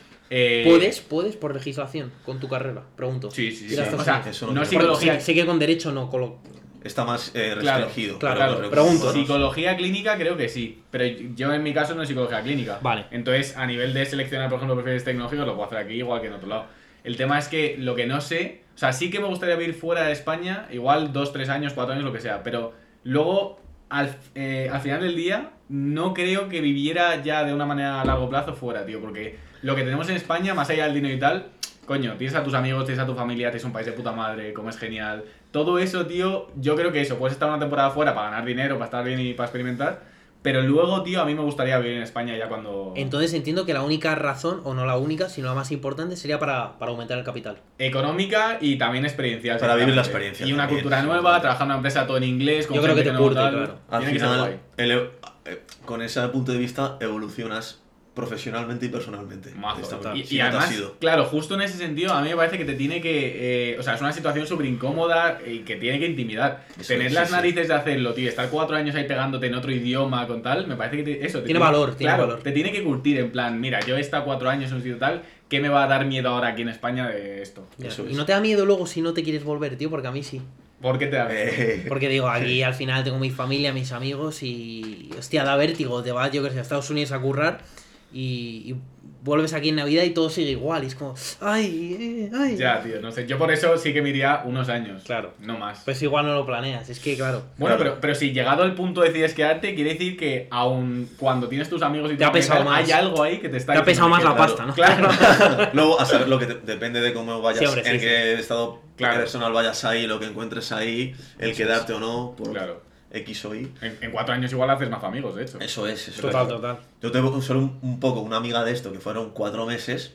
Eh, ¿Puedes? ¿Puedes por legislación con tu carrera? Pregunto. Sí, sí, sí. Ir a sí. Estados O sea, Unidos. Eso no, no es creo. Porque psicología. sé, sé que con derecho no. Con lo... Está más eh, Claro, restringido. claro, pero Claro, los pregunto. recursos- Psicología clínica creo que sí, pero yo en mi caso no es psicología clínica. Vale. Entonces, a nivel de seleccionar, por ejemplo, perfiles tecnológicos, lo puedo hacer aquí igual que en otro lado. El tema es que lo que no sé, o sea, sí que me gustaría vivir fuera de España, igual dos, tres años, cuatro años, lo que sea, pero luego, al, eh, al final del día, no creo que viviera ya de una manera a largo plazo fuera, tío, porque lo que tenemos en España, más allá del dinero y tal, coño, tienes a tus amigos, tienes a tu familia, tienes un país de puta madre, comes genial. Todo eso, tío, yo creo que eso, puedes estar una temporada fuera para ganar dinero, para estar bien y para experimentar, pero luego, tío, a mí me gustaría vivir en España ya cuando... Entonces entiendo que la única razón, o no la única, sino la más importante, sería para, para aumentar el capital. Económica y también experiencial. Para vivir la sinceramente. experiencia Y una también, cultura sí, nueva, sí. trabajar en una empresa todo en inglés, con Yo creo gente que te no curte, tal. claro. Al Tiene que ser final, guay. ele- eh, con ese punto de vista, evolucionas profesionalmente y personalmente. Mazo, Está- total. Y, si y no te has además, ido. claro, justo en ese sentido, a mí me parece que te tiene que. Eh, o sea, es una situación súper incómoda y que tiene que intimidar. Eso Tener es, las sí, narices de hacerlo, tío, estar cuatro años ahí pegándote en otro idioma con tal, me parece que te- eso. Te Tiene valor, tiene claro, valor. te tiene que curtir en plan, mira, yo he estado cuatro años en un sitio tal, ¿qué me va a dar miedo ahora aquí en España de esto? Ya. Eso Y es. no te da miedo luego si no te quieres volver, tío, porque a mí sí. ¿Por qué te da miedo? Eh, Porque digo, aquí al final tengo mi familia, mis amigos y. Hostia, da vértigo. Te vas, yo que sé, a Estados Unidos a currar y, y vuelves aquí en Navidad y todo sigue igual. Y es como, ay, eh, ay. Ya, tío, no sé. Yo por eso sí que me iría unos años. Claro. No más. Pues igual no lo planeas. Es que, claro. Bueno, Claro. pero, pero si llegado al punto decides quedarte, quiere decir que aun cuando tienes tus amigos y Te ha tu pesado familia, más. hay algo ahí que te está Te ha pesado diciendo más que la claro, pasta, ¿no? Claro. Luego, a saber lo que te- depende de cómo vayas, Sí, hombre, sí, en sí. qué estado Claro. personal vayas ahí, lo que encuentres ahí, el Eso quedarte o no, por Claro. X o Y. En, en cuatro años igual haces más amigos, de hecho. Eso es, eso Total, es. total. Yo tengo solo un, un poco una amiga de esto que fueron cuatro meses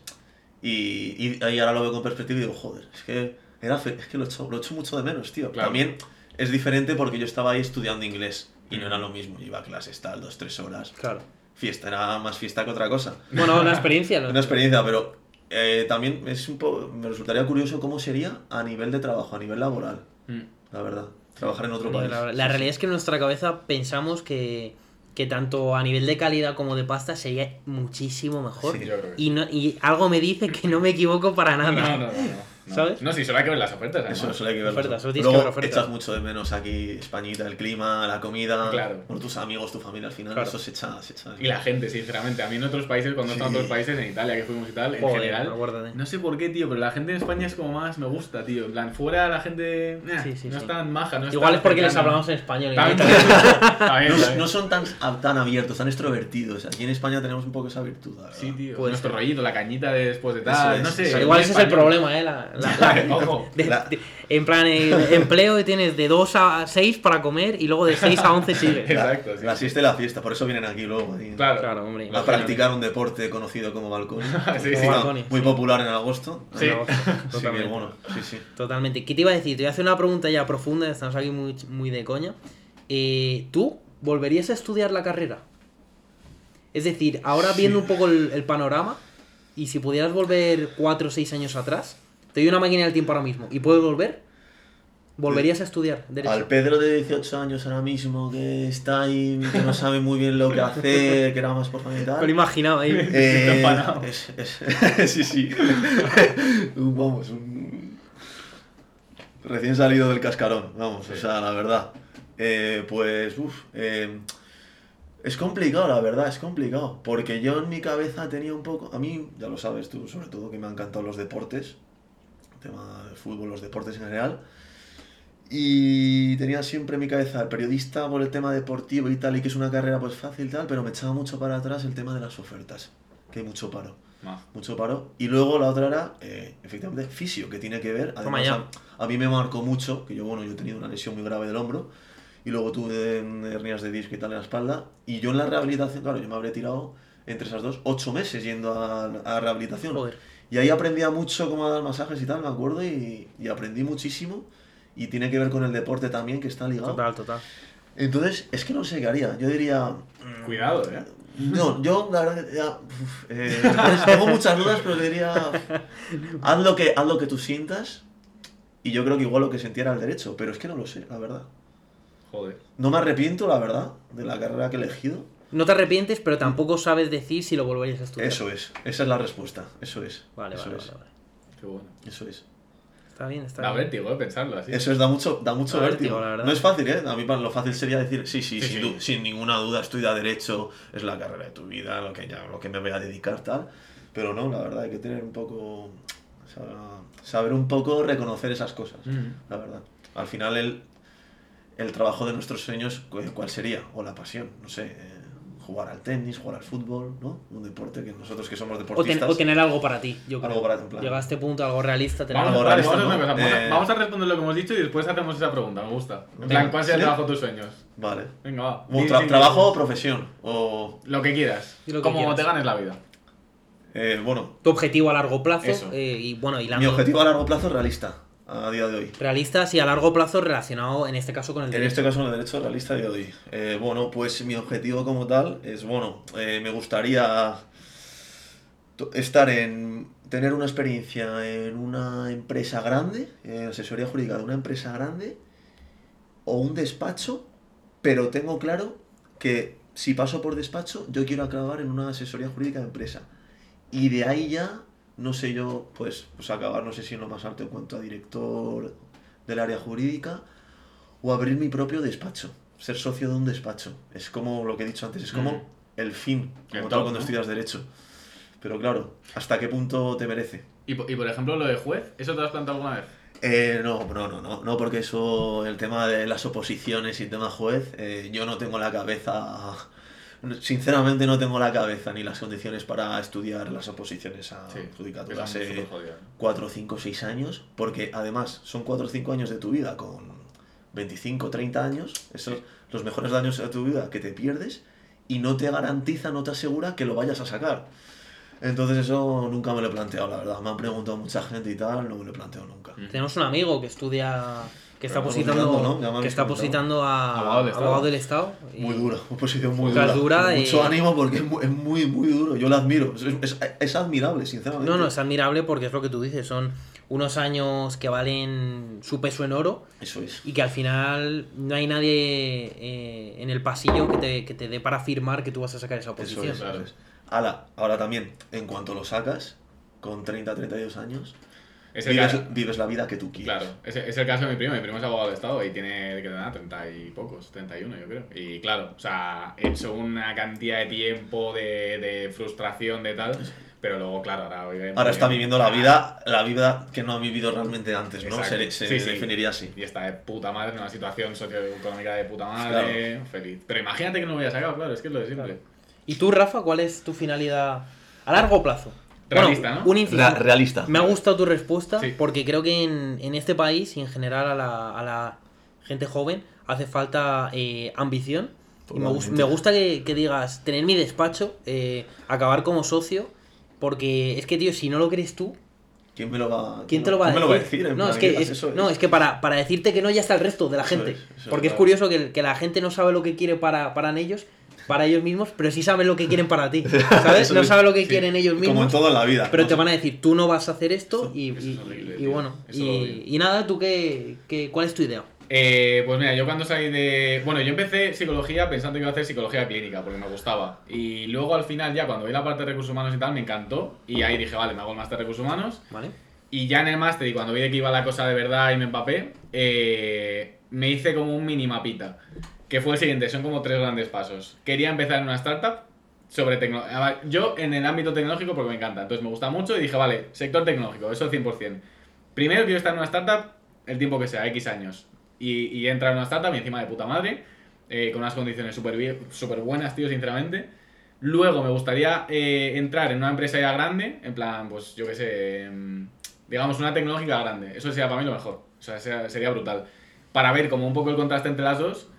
y, y ahí ahora lo veo con perspectiva y digo, joder, es que, era fe- es que lo he hecho, lo echo mucho de menos, tío. Claro. También es diferente porque yo estaba ahí estudiando inglés y no Mm. era lo mismo. Yo iba a clases tal, dos, tres horas. Claro. Fiesta, era más fiesta que otra cosa. Bueno, una experiencia, ¿no? Una experiencia, pero eh, también es un poco, me resultaría curioso cómo sería a nivel de trabajo, a nivel laboral, Mm. la verdad. Trabajar en otro país. La, la Sí, realidad sí. es que en nuestra cabeza pensamos que, que tanto a nivel de calidad como de pasta sería muchísimo mejor. Sí, yo creo que Y, no, y algo me dice que no me equivoco para nada. No, no, no, no. No. ¿Sabes? No, sí, solo hay que ver las ofertas, además. Eso solo hay que verlo. Ofertas, solo tienes que Luego ver ofertas. echas mucho de menos aquí Españita, el clima, la comida, Claro. por tus amigos, tu familia, al final Claro. eso se echa, se echa. Y la gente, sinceramente. A mí en otros países, cuando he estado en Sí. otros países, en Italia, que fuimos y tal, en Joder, general, acuérdate. no sé por qué, tío, pero la gente en España es como más, me gusta, tío. En plan, fuera la gente eh, Sí, sí, no sí. es tan maja, no es Igual tan es porque les cercana. hablamos en español. y También, no también, italiano. también, No, también. no son tan, tan abiertos, tan extrovertidos. Aquí en España tenemos un poco esa virtud, la verdad. Sí, tío. Puede Nuestro ser. rollito, la cañita de después de Eso tal, es, no sé. eso Pero es. igual muy ese es el español. problema, ¿eh? La, la- la- Ojo. de- La- de- en plan, eh, empleo y tienes de dos a seis para comer y luego de seis a once sigue. Exacto, sí. La siesta y la fiesta, por eso vienen aquí luego. aquí, Claro. Claro, hombre. A practicar un deporte conocido como balcón. Sí, Está sí. balcones, muy sí. popular en agosto. Sí. No, Así que totalmente. bueno, sí, sí. Totalmente. ¿Qué te iba a decir? Te voy a hacer una pregunta ya profunda, estamos aquí muy, muy de coña. Eh, ¿Tú volverías a estudiar la carrera? Es decir, ahora viendo un poco el, el panorama, y si pudieras volver cuatro o seis años atrás, te doy una máquina del tiempo ahora mismo, y puedes volver, ¿volverías a estudiar Derecho? Al Pedro de dieciocho años ahora mismo que está ahí, que no sabe muy bien lo que hacer, que era más por familia y tal. Me lo imaginaba ahí. Eh, empanado. es, es- sí, sí. Un- vamos, un... Recién salido del cascarón, vamos, o sea, la verdad. Eh, pues, uff, eh, es complicado, la verdad, es complicado. Porque yo en mi cabeza tenía un poco... A mí, ya lo sabes tú, sobre todo que me han encantado los deportes. El tema del fútbol, los deportes en general. Y tenía siempre en mi cabeza el periodista por el tema deportivo y tal, y que es una carrera pues fácil y tal, pero me echaba mucho para atrás el tema de las ofertas, que hay mucho paro, Ma. mucho paro. Y luego la otra era, eh, efectivamente, fisio, que tiene que ver, Toma además ya. a, a mí me marcó mucho, que yo, bueno, yo he tenido una lesión muy grave del hombro, y luego tuve hernias de disco y tal en la espalda. Y yo en la rehabilitación, claro, yo me habré tirado entre esas dos ocho meses yendo a, a rehabilitación. Joder. Y ahí aprendía mucho cómo dar masajes y tal, me acuerdo, y, y aprendí muchísimo. Y tiene que ver con el deporte también, que está ligado. Total, total. Entonces, es que no sé qué haría. Yo diría... Cuidado, ¿eh? No, yo la verdad que ya, uf, eh, tengo muchas dudas, pero diría, haz lo, que, haz lo que tú sientas, y yo creo que igual lo que sentía era el derecho, pero es que no lo sé, la verdad. Joder. No me arrepiento, la verdad, de la carrera que he elegido. No te arrepientes, pero tampoco sabes decir si lo volverías a estudiar. Eso es, esa es la respuesta, eso es. Vale, eso vale, es, vale, vale. Qué bueno. Eso es. Está bien, está Da bien. vértigo, ¿eh? Pensarlo así. Eso es, da mucho, da mucho Da vértigo. vértigo, la verdad. No es fácil, ¿eh? A mí lo fácil sería decir, sí, sí, Sí, sin, sí. du- sin ninguna duda estudia Derecho, es la carrera de tu vida, lo que, ya, lo que me voy a dedicar, tal. Pero no, la verdad, hay que tener un poco... Saber, saber un poco reconocer esas cosas, Mm. la verdad. Al final, el, el trabajo de nuestros sueños, cu- ¿cuál sería? O la pasión, no sé, eh, jugar al tenis, jugar al fútbol, ¿no? Un deporte que nosotros que somos O, ten- deportistas... o tener algo para ti, yo creo. Algo para ti, en plan. Llegar a este punto, algo realista, tener Vamos, Algo vale, realista, vamos, a hacer una ¿no? cosa. Vamos, a, Eh, vamos a responder lo que hemos dicho y después hacemos esa pregunta. Me gusta. En Venga, plan, ¿cuál sería el ¿sí? trabajo de tus sueños? Vale. Venga, va. Un Di- tra- di- ¿Trabajo o profesión? O... Lo que quieras. Di lo que Como quieras. te ganes la vida. Eh, bueno, tu objetivo a largo plazo. Eso. eh, y bueno, mi hilando. objetivo a largo plazo es realista, a día de hoy. Realistas y a largo plazo relacionado, en este caso, con el En derecho. este caso, en el derecho realista a día de hoy. Eh, bueno, pues mi objetivo como tal es, bueno, eh, me gustaría to- estar en, tener una experiencia en una empresa grande, en asesoría jurídica de una empresa grande, o un despacho, pero tengo claro que si paso por despacho, yo quiero acabar en una asesoría jurídica de empresa. Y de ahí ya, no sé yo, pues, pues acabar, no sé si en lo más alto en cuanto a director del área jurídica, o abrir mi propio despacho, ser socio de un despacho. Es como lo que he dicho antes, es como Mm. el fin, El como top, tal cuando ¿no? estudias derecho. Pero claro, ¿hasta qué punto te merece? Y, po- y por ejemplo, lo de juez, ¿eso te lo has planteado alguna vez? Eh, no, no, no, no, no, porque eso, el tema de las oposiciones y el tema juez, eh, yo no tengo la cabeza, sinceramente no tengo la cabeza ni las condiciones para estudiar las oposiciones a Sí. judicatura Esa es hace súper jodida, ¿no? cuatro, cinco, seis años, porque además son cuatro o cinco años de tu vida con veinticinco, treinta años, esos Sí. los mejores años de tu vida que te pierdes y no te garantiza, no te asegura que lo vayas a sacar. Entonces eso nunca me lo he planteado, la verdad. Me han preguntado mucha gente y tal, no me lo he planteado nunca. Mm. Tenemos un amigo que estudia, que está Pero positando, opositando, ¿no? Ya me habéis que está comentado. positando a Abogado del Estado. abogado del Estado. y- Muy dura, una posición muy Claro, dura. dura y- Mucho ánimo porque es muy, es muy, muy duro. Yo lo admiro. Es, es, es admirable, sinceramente. No, no, es admirable porque es lo que tú dices, son unos años que valen su peso en oro Eso es. y que al final no hay nadie eh, en el pasillo que te, que te dé para afirmar que tú vas a sacar esa Eso oposición. es, claro. eso es. Ahora, ahora también, en cuanto lo sacas, con treinta, treinta y dos años, Es el vives, caso. vives la vida que tú quieres. Claro, es, es el caso de mi primo. Mi primo es abogado de Estado y tiene, que tener treinta y pocos, treinta y uno yo creo. Y claro, o sea, he hecho una cantidad de tiempo, de, de frustración, de tal, pero luego, claro, ahora... vive Ahora muy está bien. viviendo la vida, la vida que no ha vivido realmente antes, ¿no? Exacto. Se, se Sí, sí. definiría así. Y está de puta madre, en una situación socioeconómica de puta madre, feliz. Pero imagínate que no lo hubiera sacado, claro, es que es lo de siempre. ¿Y tú, Rafa, cuál es tu finalidad a largo plazo? Realista, Bueno, ¿no? un inciso. Ra- realista. Me ha gustado tu respuesta Sí. porque creo que en, en este país y en general a la, a la gente joven hace falta eh, ambición. Y me, gus- Totalmente. me gusta que, que digas tener mi despacho, eh, acabar como socio, porque es que, tío, si no lo crees tú, ¿Quién me lo va, ¿quién te lo va a quién decir? me lo va a decir? En no, plan, es que, digas, es, eso no, es que para, para decirte que no ya está el resto de la Eso gente. es, eso es, porque es claro. curioso que, que la gente no sabe lo que quiere para, para ellos, para ellos mismos, pero sí saben lo que quieren para ti. ¿Sabes? Eso No es, saben lo que sí. quieren ellos mismos. Como en todo en la vida. Pero ¿no? te van a decir, tú no vas a hacer esto Eso- y, eso es y- horrible, y tío. bueno. Eso lo Y, odio. y nada, ¿tú qué, qué, cuál es tu idea? Eh, pues mira, yo cuando salí de... Bueno, yo empecé psicología pensando que iba a hacer psicología clínica, porque me gustaba. Y luego al final ya, cuando vi la parte de recursos humanos y tal, me encantó. Y ahí dije, vale, me hago el máster de recursos humanos. ¿Vale? Y ya en el máster, y cuando vi de que iba la cosa de verdad y me empapé, eh, me hice como un mini mapita. Que fue el siguiente, son como tres grandes pasos. Quería empezar en una startup sobre tecnología. Yo en el ámbito tecnológico porque me encanta. Entonces me gusta mucho y dije, vale, sector tecnológico, eso al cien por ciento. Primero quiero estar en una startup el tiempo que sea, X años. Y, y entrar en una startup y encima de puta madre, eh, con unas condiciones súper súper buenas, tío, sinceramente. Luego me gustaría eh, entrar en una empresa ya grande, en plan, pues yo qué sé, em, digamos una tecnológica grande. Eso sería para mí lo mejor. O sea, sería, sería brutal. Para ver como un poco el contraste entre las dos.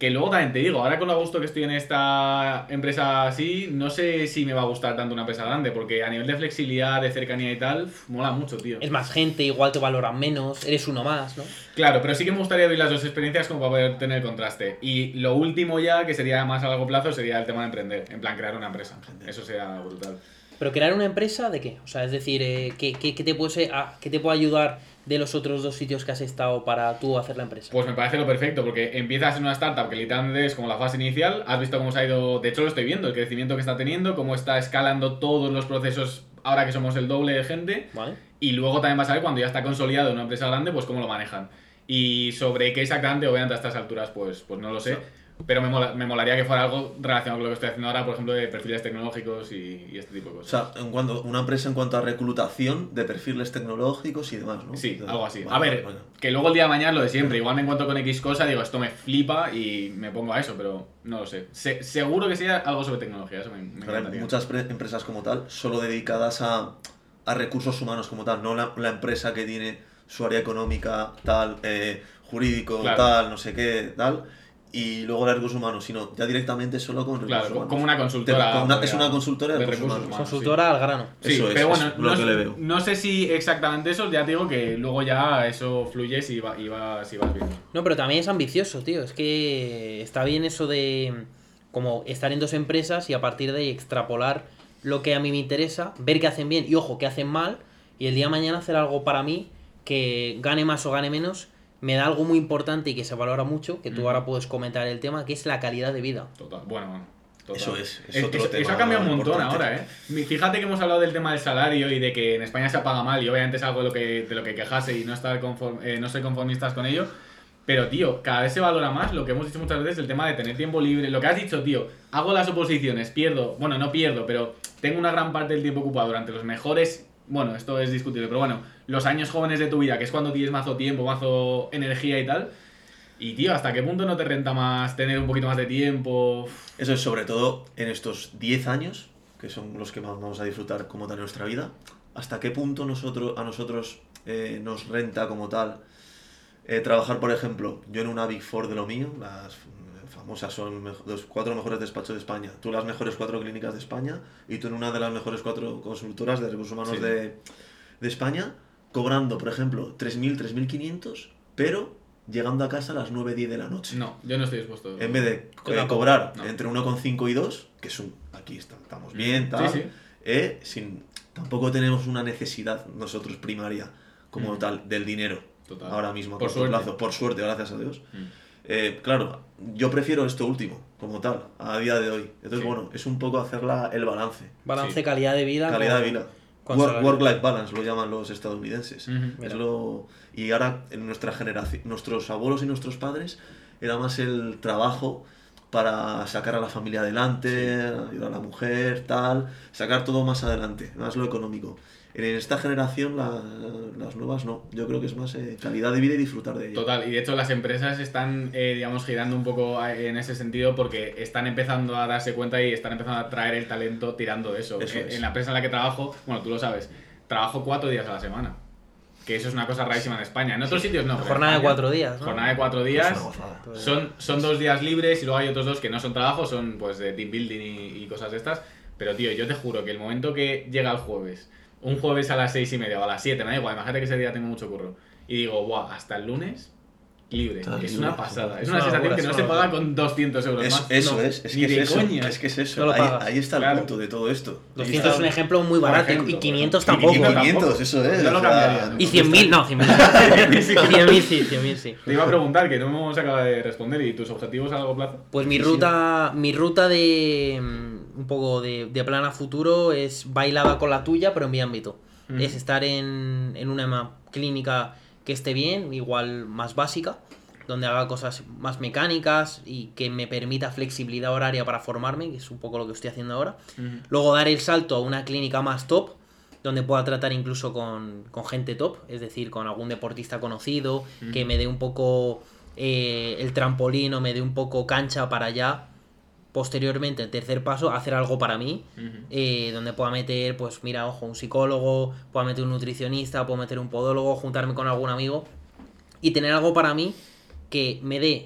Que luego también te digo, ahora con lo a gusto que estoy en esta empresa así, no sé si me va a gustar tanto una empresa grande, porque a nivel de flexibilidad, de cercanía y tal, uf, mola mucho, tío. Es más gente, igual te valoran menos, eres uno más, ¿no? Claro, pero sí que me gustaría vivir las dos experiencias como para poder tener contraste. Y lo último ya, que sería más a largo plazo, sería el tema de emprender, en plan crear una empresa. Eso sería brutal. Pero crear una empresa, ¿de qué? O sea, es decir, eh, ¿qué, qué, qué te puede, a- qué te puede ayudar de los otros dos sitios que has estado para tú hacer la empresa? Pues me parece lo perfecto, porque empiezas en una startup que literalmente es como la fase inicial, has visto cómo se ha ido, de hecho lo estoy viendo, el crecimiento que está teniendo, cómo está escalando todos los procesos ahora que somos el doble de gente, ¿Vale? y luego también vas a ver cuando ya está consolidado una empresa grande, pues cómo lo manejan. Y sobre qué exactamente, obviamente a estas alturas, pues, pues no lo sé, pero me, mola- me molaría que fuera algo relacionado con lo que estoy haciendo ahora, por ejemplo, de perfiles tecnológicos y, y este tipo de O cosas. sea, en cuanto, una empresa en cuanto a reclutación de perfiles tecnológicos y demás, ¿no? Sí, De- algo así. vale, A ver, vale, vale. que luego el día de mañana lo de siempre. Igual me encuentro con X cosa, digo, esto me flipa y me pongo a eso, pero no lo sé. Se- seguro que sea algo sobre tecnología, eso me, me Pero hay encantaría. muchas pre- empresas como tal, solo dedicadas a, a recursos humanos como tal, no la, la empresa que tiene su área económica, tal, eh, jurídico, Claro. tal, no sé qué, tal, y luego de recursos humanos, sino ya directamente solo con recursos Claro, humanos. como una consultora. Te- como una- es podría- una consultora de, de recursos, recursos humanos. humanos. Consultora al grano. Sí, Eso es, pero bueno, es lo no, que le veo. no sé si exactamente eso, ya te digo que luego ya eso fluye si, va, y va- si vas viendo. No, pero también es ambicioso, tío. Es que está bien eso de como estar en dos empresas y a partir de ahí extrapolar lo que a mí me interesa, ver qué hacen bien y ojo, qué hacen mal, y el día de mañana hacer algo para mí que gane más o gane menos, me da algo muy importante y que se valora mucho, que tú Ujú. ahora puedes comentar el tema, que es la calidad de vida. Total, bueno, bueno. Total. Eso es, es Es- otro eso, tema eso ha cambiado un montón importante. ahora, ¿eh? Mi- Fíjate que hemos hablado del tema del salario y de que en España se paga mal y obviamente es algo de lo que, de lo que quejarse y no, estar conform- eh, no ser conformistas con ello. Pero, tío, cada vez se valora más lo que hemos dicho muchas veces, el tema de tener tiempo libre. Lo que has dicho, tío, hago las oposiciones, pierdo, bueno, no pierdo, pero tengo una gran parte del tiempo ocupado durante los mejores, bueno, esto es discutible, pero bueno, los años jóvenes de tu vida, que es cuando tienes mazo tiempo, mazo energía y tal. Y, tío, ¿hasta qué punto no te renta más tener un poquito más de tiempo? Eso es sobre todo en estos diez años, que son los que más vamos a disfrutar como tal en nuestra vida, hasta qué punto nosotros, a nosotros eh, nos renta como tal eh, trabajar, por ejemplo, yo en una Big Four de lo mío, las famosas son mejo- los cuatro mejores despachos de España, tú las mejores cuatro clínicas de España y tú en una de las mejores cuatro consultoras de recursos humanos Sí. de, de España, cobrando, por ejemplo, tres mil, tres mil quinientos, pero llegando a casa a las nueve diez de la noche. No, yo no estoy dispuesto. En vez de Yo eh, tampoco. cobrar No. entre uno coma cinco y dos, que es un, aquí está- estamos bien, tal, Sí, sí. eh, sin, tampoco tenemos una necesidad nosotros primaria como Mm. tal del dinero Total. ahora mismo a Por corto suerte. plazo, por suerte, gracias a Dios. Mm. Eh, claro, yo prefiero esto último como tal a día de hoy. Entonces, Sí. bueno, es un poco hacer la- el balance, Balance, Sí. calidad de vida. calidad con- de vida. con Work- salario. Work-life balance lo llaman los estadounidenses. Ujú. Es Mira. lo... Y ahora en nuestra generación, nuestros abuelos y nuestros padres era más el trabajo para sacar a la familia adelante, ayudar a la mujer, tal, sacar todo más adelante, más lo económico. En esta generación, la- las nuevas no. Yo creo que es más eh, calidad de vida y disfrutar de ella. Total, y de hecho las empresas están, eh, digamos, girando un poco a- en ese sentido porque están empezando a darse cuenta y están empezando a traer el talento tirando de eso. Eso en, es. en la empresa en la que trabajo, bueno, tú lo sabes, trabajo cuatro días a la semana. Que eso es una cosa rarísima en España. En otros sitios no. pero en Jornada de España, cuatro días, ¿no? Jornada de cuatro Es días. una gozada. Son, son dos días libres y luego hay otros dos que no son trabajo, son pues de team building y, y cosas de estas. Pero tío, yo te juro que el momento que llega el jueves, un jueves a las seis y media o a las siete, me da igual, imagínate que ese día tengo mucho curro, y digo, buah, hasta el lunes, libre. Estás Es libre, una pasada. es Es una una sensación locura, que es no una se paga locura. con doscientos euros Es- más. eso No, es, es ni que es de eso, coña. es que es eso. No lo ahí, pagas. ahí está el Claro. punto de todo esto. Ahí doscientos es está- un ejemplo muy Por barato ejemplo, y quinientos por tampoco. ejemplo. quinientos, eso es. No lo o sea, cambiaría, ¿no? Y cien mil, no, cien mil. Sí. cien mil sí, cien mil sí. Te iba a preguntar, que no hemos acabado de responder, ¿y tus objetivos a largo plazo? Pues mi Sí, ruta, mi ruta de mm, un poco de, de plan a futuro es bailada con la tuya, pero en mi ámbito. Ujú. Es estar en, en una ma- clínica que esté bien, igual más básica, donde haga cosas más mecánicas y que me permita flexibilidad horaria para formarme, que es un poco lo que estoy haciendo ahora. Ujú. Luego dar el salto a una clínica más top, donde pueda tratar incluso con, con gente top, es decir, con algún deportista conocido, Ujú. que me dé un poco eh, el trampolín o me dé un poco cancha para ya, posteriormente, el tercer paso, hacer algo para mí, Ujú. eh, donde pueda meter, pues mira, ojo, un psicólogo, pueda meter un nutricionista, puedo meter un podólogo, juntarme con algún amigo y tener algo para mí que me dé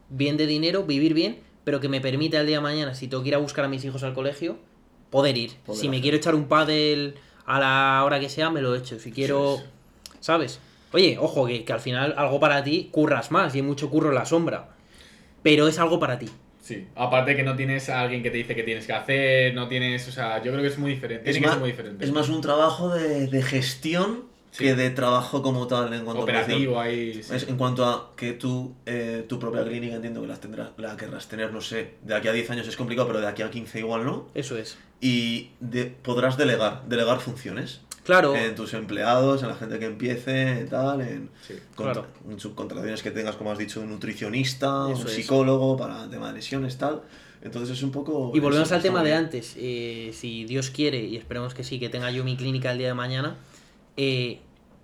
bien de dinero, vivir bien, pero que me permita el día de mañana, si tengo que ir a buscar a mis hijos al colegio, poder ir. Poder si me hacer. quiero echar un pádel a la hora que sea, me lo echo. Si quiero... ¿Sabes? Oye, ojo, que, que al final algo para ti curras más y hay mucho curro en la sombra. Pero es algo para ti. Sí, aparte que no tienes a alguien que te dice qué tienes que hacer, no tienes, o sea, yo creo que es muy diferente, tiene Es que más, ser muy diferente. es más un trabajo de, de gestión Sí. que de trabajo como tal en cuanto Operativo a ahí. Sí. Es en cuanto a que tú, eh, tu propia clínica, entiendo que las tendrás, la querrás tener, no sé, de aquí a diez años es complicado, pero de aquí a quince igual no. Eso es. Y de, podrás delegar, delegar funciones. Claro. En tus empleados, en la gente que empiece, tal, en, Sí, contra- claro. en subcontrataciones que tengas, como has dicho, un nutricionista, Eso un es. psicólogo para el tema de lesiones, tal. Entonces es un poco... Y volvemos eso, al está tema muy de bien. antes. Eh, si Dios quiere, y esperemos que sí, que tenga yo mi clínica el día de mañana, eh,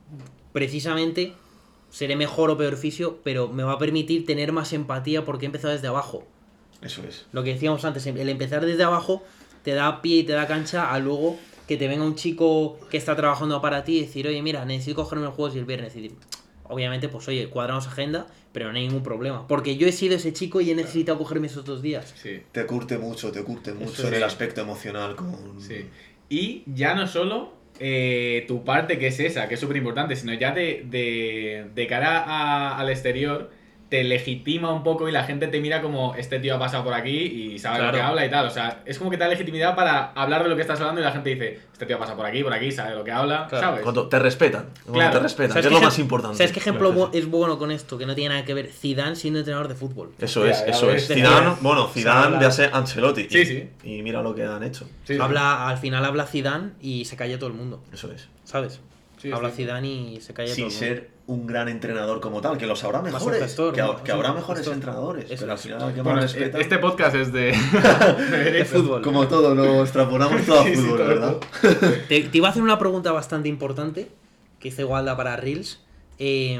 precisamente seré mejor o peor fisio, pero me va a permitir tener más empatía porque he empezado desde abajo. Eso es. Lo que decíamos antes, el empezar desde abajo te da pie y te da cancha a luego que te venga un chico que está trabajando para ti y decir, oye, mira, necesito cogerme los juegos y el viernes. Y decir, obviamente, pues oye, cuadramos agenda, pero no hay ningún problema. Porque yo he sido ese chico y he necesitado cogerme esos dos días. Sí, Te curte mucho, te curte mucho es. en el aspecto emocional con... sí. Y ya no solo eh, tu parte, que es esa, que es súper importante, sino ya de, de, de cara a- al exterior, te legitima un poco y la gente te mira como este tío ha pasado por aquí y sabe Claro. lo que habla y tal. O sea, es como que te da legitimidad para hablar de lo que estás hablando y la gente dice, este tío ha pasado por aquí, por aquí, sabe lo que habla, Claro. ¿sabes? Cuando te respetan, cuando Claro. te respetan, ¿Sabes que es qué lo ejem- más importante. ¿Sabes qué ejemplo Claro, bu- es bueno con esto? Que no tiene nada que ver. Zidane siendo entrenador de fútbol. Eso es, Ya, ya eso ves. es. Zidane, bueno, Se Zidane habla- ya sé Ancelotti. Sí, y, sí. Y mira lo que han hecho. Sí, sí. Habla, al final habla Zidane y se calla todo el mundo. Eso es. ¿Sabes? Sí, habla sí. Zidane y se calla todo Sin el mundo. ser un gran entrenador como tal, que los habrá Más un mejores, gestor, que, ¿no? que Es habrá un mejores gestor. entrenadores, Eso pero al es. final el que Bueno, más es- respeta... este podcast es de, de De derecho. fútbol. Como todo, lo extrapolamos todo a Sí, sí, fútbol, todo, ¿verdad? Te, te iba a hacer una pregunta bastante importante, que hizo igual da para Reels, eh,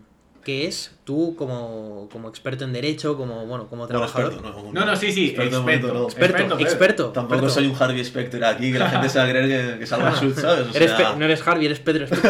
que es tú como, como experto en derecho, como bueno, como Bueno, trabajador. experto, no, No, no, sí, sí, Experto experto. en momento, no. Experto, Pedro. experto. Tampoco experto. soy un Harvey Specter aquí, que la gente se va a creer que, que salgo shoot, ¿sabes? O Eres sea, Pe- no eres Harvey, eres Pedro. Espector.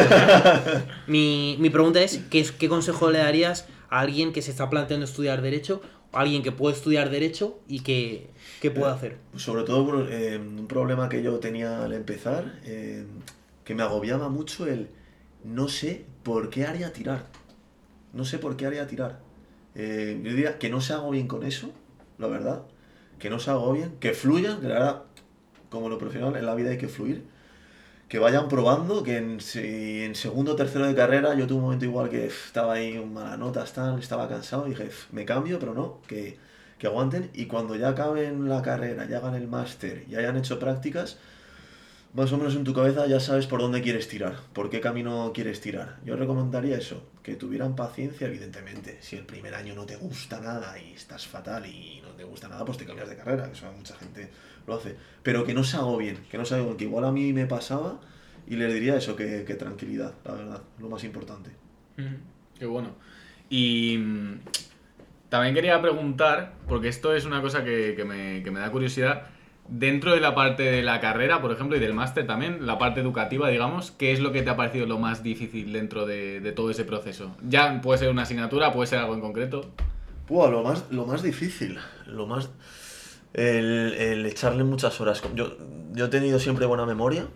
mi, mi pregunta es, ¿qué, es- ¿qué consejo le darías a alguien que se está planteando estudiar Derecho, o a alguien que puede estudiar Derecho y que, que puede hacer? sobre todo por, eh, un problema que yo tenía al empezar, eh, que me agobiaba mucho el no sé por qué área tirar. No sé por qué área tirar. Eh, yo diría que no se agobien con eso, la verdad. Que no se agobien, que fluyan, que la verdad, como lo profesional, en la vida hay que fluir. Que vayan probando, que en, si en segundo o tercero de carrera yo tuve un momento igual que uf, estaba ahí con malas notas, tal, estaba cansado y dije, "Uf, me cambio, pero no, que, que aguanten y cuando ya acaben la carrera, ya hagan el máster y hayan hecho prácticas, más o menos en tu cabeza ya sabes por dónde quieres tirar, por qué camino quieres tirar. Yo recomendaría eso, que tuvieran paciencia, evidentemente. Si el primer año no te gusta nada y estás fatal y no te gusta nada, pues te cambias de carrera, que eso mucha gente lo hace. Pero que no se agobien, que no se agobien, que igual a mí me pasaba y les diría eso, que, que tranquilidad, la verdad, lo más importante. Mm, Qué bueno. Y mm, también quería preguntar, porque esto es una cosa que, que me, que me da curiosidad, dentro de la parte de la carrera, por ejemplo, y del máster también, la parte educativa, digamos, ¿qué es lo que te ha parecido lo más difícil dentro de, de todo ese proceso? Ya puede ser una asignatura, puede ser algo en concreto. Buah, lo más, lo más difícil, lo más... El, el echarle muchas horas. Yo, yo he tenido siempre buena memoria,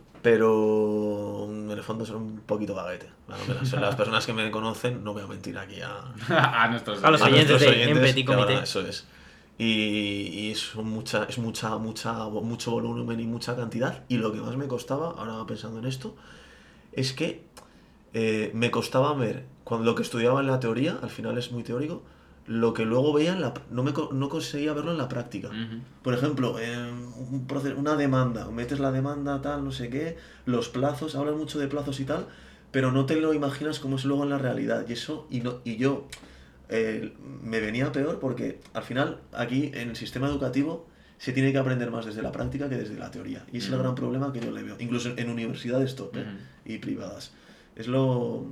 pero en el fondo soy un poquito vaguete. Claro, que las, las personas que me conocen, no voy a mentir aquí a, a nuestros A los a oyentes nuestros de oyentes, Empathy que ahora Committee. eso es. Y, y es mucha, es mucha, mucha, mucho volumen y mucha cantidad. Y lo que más me costaba, ahora pensando en esto, es que eh, me costaba ver, cuando lo que estudiaba en la teoría, al final es muy teórico, lo que luego veía en la, no, me, co- no conseguía verlo en la práctica. Ujú. Por ejemplo, eh, un proce- una demanda, metes la demanda, tal, no sé qué, los plazos, hablan mucho de plazos y tal, pero no te lo imaginas cómo es luego en la realidad. Y eso, y, no, y yo eh, me venía peor porque al final aquí en el sistema educativo se tiene que aprender más desde la práctica que desde la teoría. Y ese es el Ujú. gran problema que yo le veo, incluso en universidades top, ¿eh? Ujú. Y privadas. Es lo,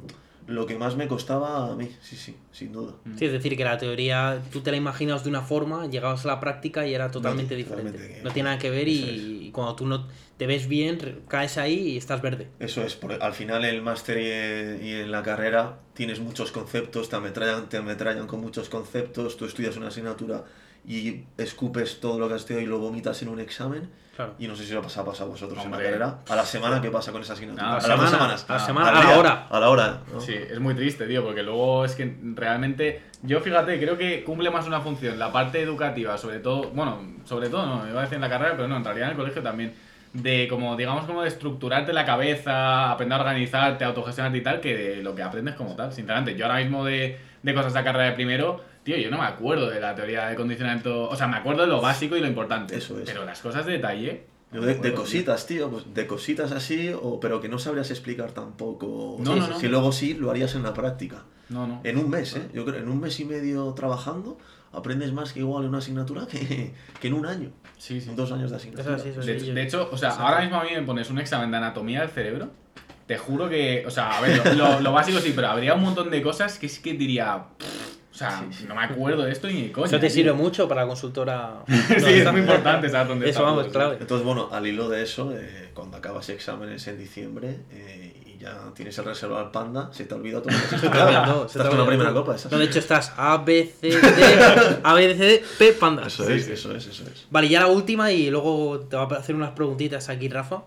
lo que más me costaba a mí, sí, sí, sin duda. Sí, es decir, que la teoría tú te la imaginas de una forma, llegabas a la práctica y era totalmente No, diferente. totalmente, No tiene nada que ver y, eso es. y cuando tú no te ves bien, re- caes ahí y estás verde. Eso es, por- al final el máster y, y en la carrera tienes muchos conceptos, te ametrallan, te ametrallan con muchos conceptos, tú estudias una asignatura y escupes todo lo que has estudiado y lo vomitas en un examen. Claro. Y no sé si lo pasa, pasa a vosotros en Hombre. la carrera. A la semana, ¿qué pasa con esa asignatura? No, a a las la dos semana, semanas. a la Ah, semana, Al a la día, hora. A la hora, ¿no? Sí, es muy triste, tío, porque luego es que realmente, yo fíjate, creo que cumple más una función, la parte educativa, sobre todo, bueno, sobre todo no, iba a decir en la carrera, pero no, en realidad en el colegio también, de como, digamos, como de estructurarte la cabeza, aprender a organizarte, autogestionarte y tal, que de lo que aprendes como tal, sinceramente. Yo ahora mismo de, de cosas de la carrera de primero, tío, yo no me acuerdo de la teoría de condicionamiento, o sea, me acuerdo de lo básico y lo importante, Eso es. pero las cosas de detalle... Yo no de, me acuerdo, de tío. cositas, tío, pues de cositas así, o, pero que no sabrías explicar tampoco. No, Sí, no, sí, no. Si luego sí, lo harías en la práctica. No, no. En un mes, ¿eh? Yo creo en un mes y medio trabajando, aprendes más que igual en una asignatura que, que en un año. Sí, sí. En dos años de Eso asignatura. es así, eso es De, así. de hecho, o sea, Exacto. ahora mismo a mí me pones un examen de anatomía del cerebro. Te juro que, o sea, a ver, lo, lo- lo básico sí, pero habría un montón de cosas que es que diría, "Pff, o sea, no me acuerdo de esto ni de coña. Eso te tío". sirve mucho para la consultora. Sí, es muy importante saber dónde Eso está vamos, todo, clave. Entonces, bueno, al hilo de eso, eh, cuando acabas exámenes en diciembre eh, y ya tienes el reservado al Panda, se te olvida todo lo que has Se te estudiado. olvida todo, se te Estás con la olvida primera todo. copa, esa. No, de hecho estás A, B, C, D, A, B, C, D, P, panda. Eso Sí, es, sí. eso es, eso es. Vale, ya la última y luego te va a hacer unas preguntitas aquí, Rafa.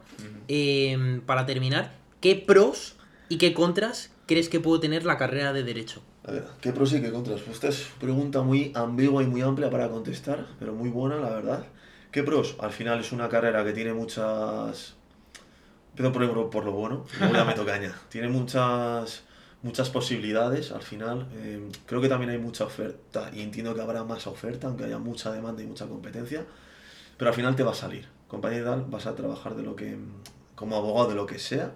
Eh, para terminar, ¿qué pros y qué contras crees que puede tener la carrera de Derecho? A ver, ¿qué pros y qué contras? Pues esta es pregunta muy ambigua y muy amplia para contestar, pero muy buena, la verdad. ¿Qué pros? Al final es una carrera que tiene muchas... Empiezo por, por lo bueno, luego ya meto caña. Tiene muchas, muchas posibilidades, al final. Eh, creo que también hay mucha oferta, y entiendo que habrá más oferta, aunque haya mucha demanda y mucha competencia. Pero al final te va a salir. Compañía y tal, vas a trabajar de lo que, como abogado de lo que sea.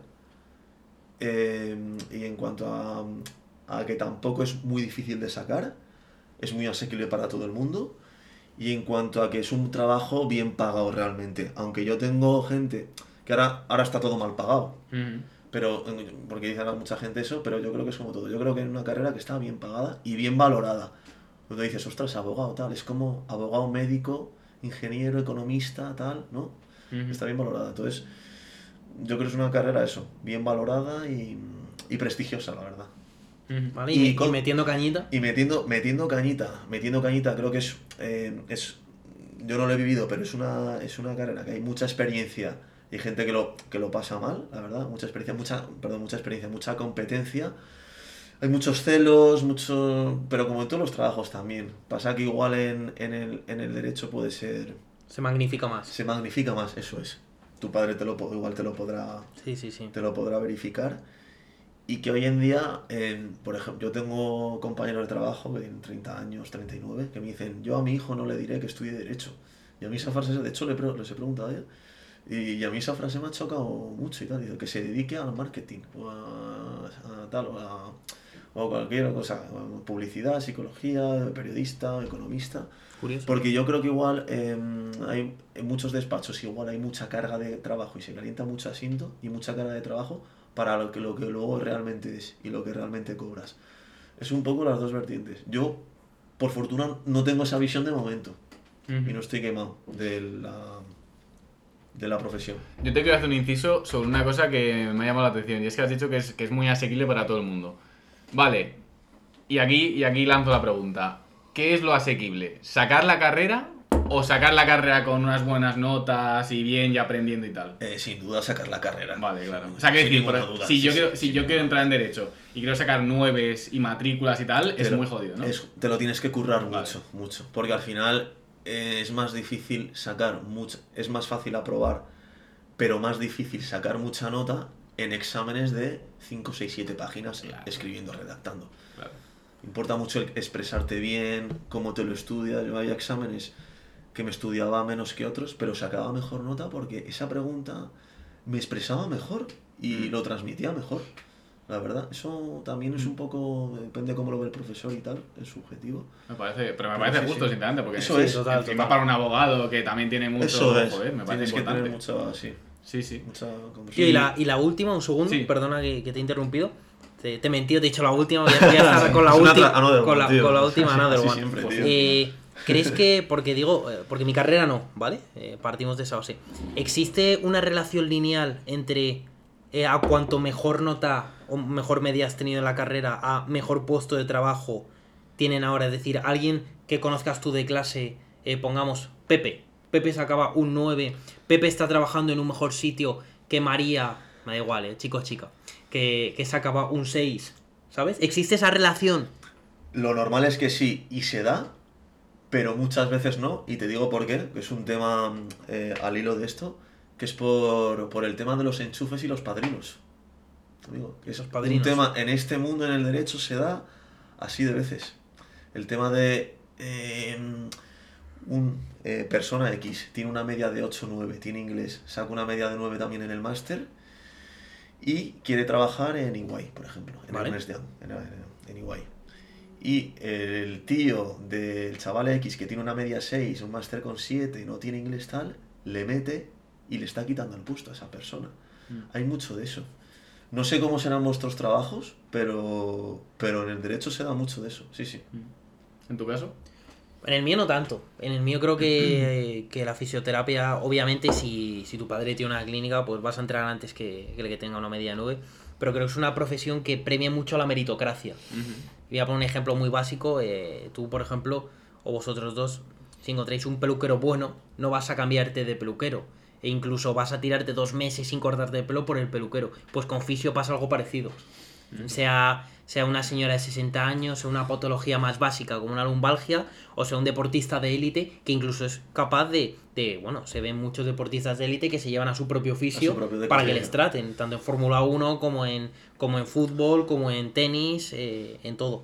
Eh, y en cuanto a, a que tampoco es muy difícil de sacar, es muy asequible para todo el mundo. Y en cuanto a que es un trabajo bien pagado realmente. Aunque yo tengo gente que ahora, ahora está todo mal pagado. Ujú. Pero, porque dice ahora mucha gente eso, pero yo creo que es como todo. Yo creo que es una carrera que está bien pagada y bien valorada. Cuando dices, ostras, abogado, tal, es como abogado, médico, ingeniero, economista, tal, ¿no? Ujú. Está bien valorada. Entonces, yo creo que es una carrera eso, bien valorada y, y prestigiosa, la verdad. Ujú. ¿Vale? Y Y, con- y metiendo cañita. Y metiendo, metiendo cañita, metiendo cañita, creo que es, eh, es yo no lo he vivido, pero es una, es una carrera que hay mucha experiencia y gente que lo, que lo pasa mal, la verdad, mucha experiencia, mucha, perdón, mucha experiencia, mucha competencia. Hay muchos celos, mucho, pero como en todos los trabajos también. Pasa que igual en, en, el, en el derecho puede ser, Se magnifica más. se magnifica más, eso es. Tu padre te lo, po- igual te lo podrá, Sí, sí, sí. te lo podrá verificar. Y que hoy en día, eh, por ejemplo, yo tengo compañeros de trabajo que tienen treinta años, treinta y nueve, que me dicen, yo a mi hijo no le diré que estudie Derecho. Y a mí esa frase, de hecho, le pre- les he preguntado a ella, y, y a mí esa frase me ha chocado mucho y tal. Dice, que se dedique al marketing, o a, a tal, o a, o a cualquier cosa, a publicidad, psicología, periodista, economista. Curioso. Porque yo creo que igual eh, hay en muchos despachos igual hay mucha carga de trabajo y se calienta mucho asiento y mucha carga de trabajo para lo que, lo que luego realmente es y lo que realmente cobras. Es un poco las dos vertientes. Yo, por fortuna, no tengo esa visión de momento y no estoy quemado de la, de la profesión. Yo te quiero hacer un inciso sobre una cosa que me ha llamado la atención y es que has dicho que es, que es muy asequible para todo el mundo. Vale, y aquí, y aquí lanzo la pregunta. ¿Qué es lo asequible? ¿Sacar la carrera o sacar la carrera con unas buenas notas y bien y aprendiendo y tal? Eh, sin duda sacar la carrera. Vale, claro. O sea, que Sin decir, ninguna por- duda, si sí, yo sí, quiero, si sin yo ninguna quiero entrar en duda. Derecho y quiero sacar nueves y matrículas y tal, es Pero muy jodido, ¿no? es- te lo tienes que currar Vale. mucho, mucho. Porque al final eh, es más difícil sacar mucho, es más fácil aprobar, pero más difícil sacar mucha nota en exámenes de cinco, seis, siete páginas Claro. escribiendo, redactando. Claro. Importa mucho el expresarte bien, cómo te lo estudias. Yo había exámenes que me estudiaba menos que otros, pero sacaba mejor nota porque esa pregunta me expresaba mejor y Mm. lo transmitía mejor. La verdad, eso también es un poco, depende cómo lo ve el profesor y tal, es subjetivo. Me parece, pero me Pero parece sí, justo, sí. sinceramente, porque Eso es, total, encima total. para un abogado que también tiene mucho, Eso es, joder, me parece tienes que importante. tener mucha, sí, Sí, sí. mucha Tío, conversación. y la, y la última, un segundo, Sí. perdona que, que te he interrumpido. Te, te he mentido, te he dicho la última, voy a, voy a estar con la Es una última. tra- another Con one, la, tío. con la última, Así- another así one. siempre, tío. Eh, ¿Crees que, porque digo, eh, porque mi carrera no, ¿vale? Eh, partimos de esa base. ¿Existe una relación lineal entre eh, a cuanto mejor nota o mejor media has tenido en la carrera, a mejor puesto de trabajo tienen ahora? Es decir, alguien que conozcas tú de clase, eh, pongamos Pepe. Pepe sacaba un nueve, Pepe está trabajando en un mejor sitio que María, me da igual, eh, chico o chica, que, que sacaba un seis, ¿sabes? ¿Existe esa relación? Lo normal es que sí, y se da, pero muchas veces no, y te digo por qué, que es un tema eh, al hilo de esto, que es por, por el tema de los enchufes y los padrinos. Amigo, que es Los padrinos. un tema en este mundo, en el derecho, se da así de veces. El tema de eh, un eh, persona X tiene una media de ocho nueve, tiene inglés, saca una media de nueve también en el máster y quiere trabajar en E Y, por ejemplo, en Vale. Ernst Young, en, en E Y. Y el tío del chaval X que tiene una media seis, un máster con siete, no tiene inglés tal, le mete y le está quitando el puesto a esa persona. Mm. Hay mucho de eso. No sé cómo serán vuestros trabajos, pero, pero en el derecho se da mucho de eso, sí, sí. ¿En tu caso? En el mío no tanto. En el mío creo que, que la fisioterapia, obviamente, si, si tu padre tiene una clínica, pues vas a entrar antes que, que el que tenga una media de nueve. Pero creo que es una profesión que premia mucho la meritocracia. Voy a poner un ejemplo muy básico. Eh, tú, por ejemplo, o vosotros dos, si encontráis un peluquero bueno, no vas a cambiarte de peluquero. E incluso vas a tirarte dos meses sin cortarte el pelo por el peluquero. Pues con fisio pasa algo parecido. Sea, sea una señora de sesenta años, sea una patología más básica como una lumbalgia, o sea un deportista de élite que incluso es capaz de, de bueno, se ven muchos deportistas de élite que se llevan a su propio fisio A su propio para que fisio. les traten, tanto en Fórmula uno como en, como en fútbol, como en tenis, eh, en todo.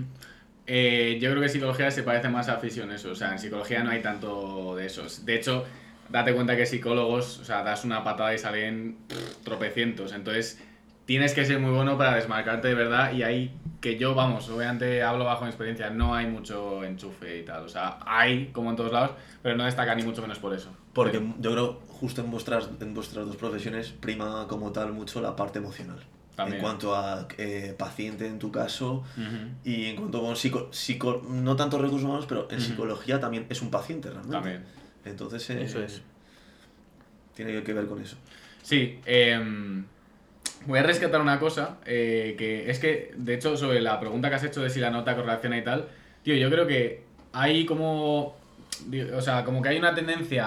Eh, yo creo que psicología se parece más a fisión eso, o sea, en psicología no hay tanto de esos. De hecho, date cuenta que psicólogos, o sea, das una patada y salen pff, tropecientos, entonces tienes que ser muy bueno para desmarcarte de verdad y ahí que yo, vamos, obviamente hablo bajo mi experiencia, no hay mucho enchufe y tal, o sea, hay como en todos lados, pero no destaca ni mucho menos por eso. Porque yo creo justo en vuestras, en vuestras dos profesiones prima como tal mucho la parte emocional. También. En cuanto a eh, paciente en tu caso Ujú. y en cuanto a psico, psico, no tanto recursos humanos, pero en Ujú. psicología también es un paciente realmente. También. Entonces eh, Eso es. tiene que ver con eso. Sí, eh, voy a rescatar una cosa, eh, que es que, de hecho, sobre la pregunta que has hecho de si la nota correlaciona y tal, tío, yo creo que hay como, o sea, como que hay una tendencia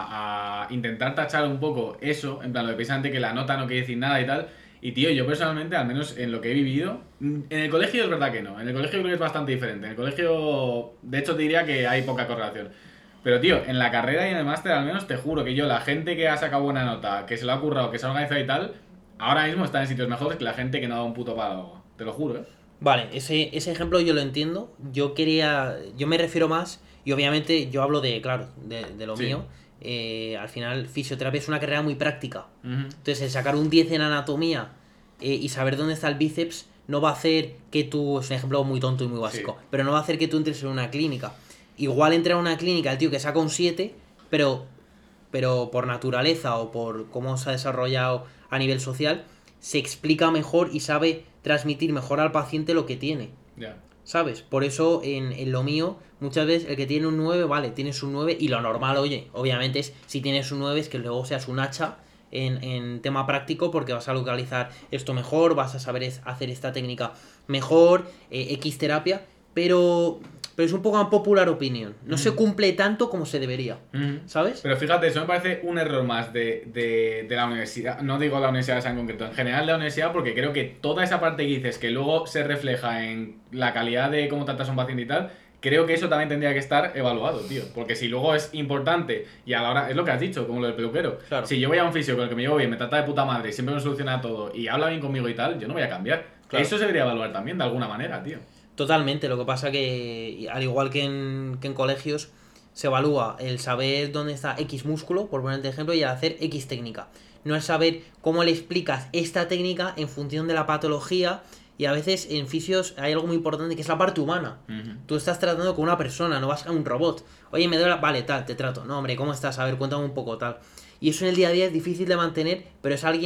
a, a intentar tachar un poco eso, en plan, lo de precisamente que la nota no quiere decir nada y tal, y tío, yo personalmente, al menos en lo que he vivido, en el colegio es verdad que no, en el colegio creo que es bastante diferente, en el colegio, de hecho, te diría que hay poca correlación. Pero, tío, en la carrera y en el máster, al menos, te juro que yo, la gente que ha sacado buena nota, que se lo ha currado, que se ha organizado y tal, ahora mismo está en sitios mejores que la gente que no ha dado un puto palo de agua. Te lo juro, ¿eh? Vale, ese, ese ejemplo yo lo entiendo. Yo quería. Yo me refiero más. Y obviamente yo hablo de, claro, de, de lo Sí. mío. Eh, al final, fisioterapia es una carrera muy práctica. Ujú. Entonces, el sacar un diez en anatomía eh, y saber dónde está el bíceps no va a hacer que tú. Es un ejemplo muy tonto y muy básico. Sí. Pero no va a hacer que tú entres en una clínica. Igual entra en una clínica el tío que saca un siete, pero, pero por naturaleza o por cómo se ha desarrollado a nivel social, se explica mejor y sabe transmitir mejor al paciente lo que tiene. Ya. ¿Sabes? Por eso en, en lo mío, muchas veces el que tiene un nueve, vale, tienes un nueve y lo normal, oye, obviamente es si tienes un nueve es que luego seas un hacha en, en tema práctico porque vas a localizar esto mejor, vas a saber es- hacer esta técnica mejor, eh, X terapia, pero, pero es un poco una popular opinion. No se cumple tanto como se debería, Ujú. ¿sabes? Pero fíjate, eso me parece un error más de, de, de la universidad. No digo la universidad esa en concreto, en general de la universidad, porque creo que toda esa parte que dices que luego se refleja en la calidad de cómo tratas a un paciente y tal, creo que eso también tendría que estar evaluado, tío. Porque si luego es importante y a la hora, es lo que has dicho, como lo del peluquero. Claro. Si yo voy a un fisio con el que me llevo bien, me trata de puta madre y siempre me soluciona todo y habla bien conmigo y tal, yo no voy a cambiar. Claro. Eso se debería evaluar también de alguna manera, tío. Totalmente, lo que pasa que, al igual que en, que en colegios, se evalúa el saber dónde está X músculo, por ponerte ejemplo, y el hacer X técnica. No el saber cómo le explicas esta técnica en función de la patología, y a veces en fisios hay algo muy importante que es la parte humana. Ujú. Tú estás tratando con una persona, no vas a un robot. Oye, me duele la... Vale, tal, te trato. No, hombre, ¿cómo estás? A ver, cuéntame un poco, tal. Y eso en el día a día es difícil de mantener, pero es alguien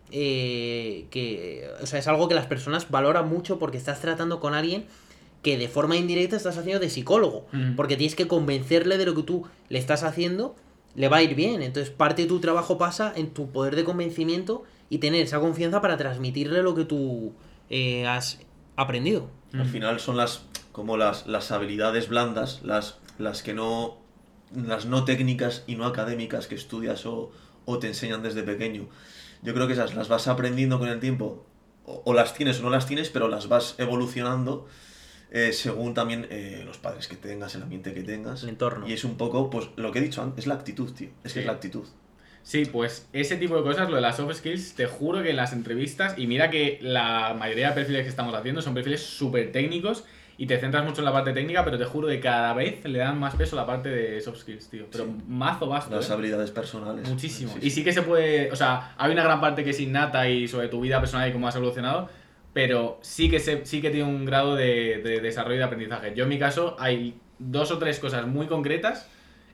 eh, que, o sea, es algo que las personas valoran mucho porque estás tratando con alguien que de forma indirecta estás haciendo de psicólogo, Mm. porque tienes que convencerle de lo que tú le estás haciendo, le va a ir bien. Entonces parte de tu trabajo pasa en tu poder de convencimiento y tener esa confianza para transmitirle lo que tú eh, has aprendido. Al final son las como las, las habilidades blandas, las, las que no. Las no técnicas y no académicas que estudias o, o te enseñan desde pequeño. Yo creo que esas las vas aprendiendo con el tiempo, o, o las tienes o no las tienes, pero las vas evolucionando eh, según también eh, los padres que tengas, el ambiente que tengas. El entorno. Y es un poco, pues lo que he dicho antes, es la actitud, tío. Es Sí. que es la actitud. Sí, pues ese tipo de cosas, lo de las soft skills, te juro que en las entrevistas, y mira que la mayoría de perfiles que estamos haciendo son perfiles súper técnicos y te centras mucho en la parte técnica, pero te juro que cada vez le dan más peso a la parte de soft skills, tío. Pero Sí. mazo vasto, Las ¿eh? habilidades personales. Muchísimo. Sí, Y sí. sí que se puede, o sea, hay una gran parte que es innata y sobre tu vida personal y cómo has evolucionado, pero sí que, se, sí que tiene un grado de, de desarrollo y de aprendizaje. Yo en mi caso hay dos o tres cosas muy concretas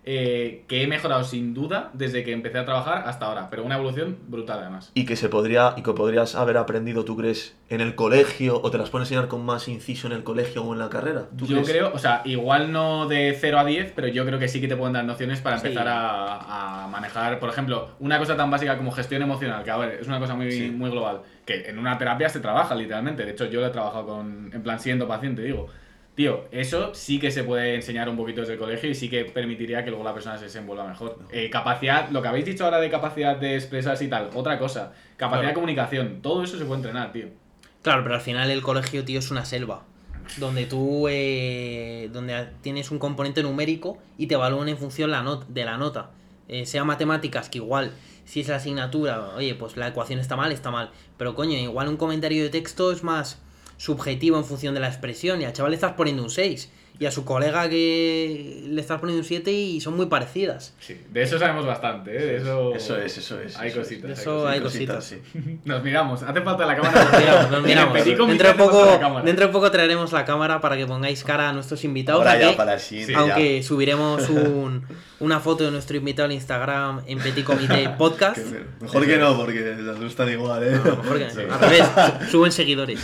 eh, que he mejorado sin duda desde que empecé a trabajar hasta ahora, pero una evolución brutal además. Y que se podría, y que podrías haber aprendido, ¿tú crees, en el colegio, o te las pueden enseñar con más inciso en el colegio o en la carrera? ¿Tú Yo crees? creo, o sea, igual no de cero a diez, pero yo creo que sí que te pueden dar nociones para Sí. empezar a, a manejar, por ejemplo, una cosa tan básica como gestión emocional, que a ver, es una cosa muy, Sí. muy global, que en una terapia se trabaja literalmente, de hecho yo lo he trabajado con, en plan siendo paciente, digo. Tío, eso sí que se puede enseñar un poquito desde el colegio y sí que permitiría que luego la persona se desenvuelva mejor. Eh, capacidad, lo que habéis dicho ahora de capacidad de expresarse y tal, otra cosa, capacidad Claro. de comunicación, todo eso se puede entrenar, tío. Claro, pero al final el colegio, tío, es una selva. Donde tú eh, donde tienes un componente numérico y te evalúan en función la not de la nota. Eh, sea matemáticas, que igual, si es la asignatura, oye, pues la ecuación está mal, está mal. Pero coño, igual un comentario de texto es más subjetivo en función de la expresión. Y al chaval le estás poniendo un seis. Y a su colega que le estás poniendo un siete y son muy parecidas. Sí, de eso sabemos bastante, ¿eh? De eso, Eso es, eso es. Hay eso es. cositas. De eso hay cositas. sí. Nos miramos, hace falta la cámara. Nos miramos, nos En el miramos. petit comité Dentro de, hace falta poco, la cámara. dentro de poco traeremos la cámara para que pongáis cara a nuestros invitados. Ahora ya que, para el siguiente. Sí, aunque ya. subiremos un, una foto de nuestro invitado al Instagram en Petit Comité Podcast. Que me- Mejor que no, porque las dos están igual, ¿eh? No, mejor que- Sí. al revés, su- suben seguidores.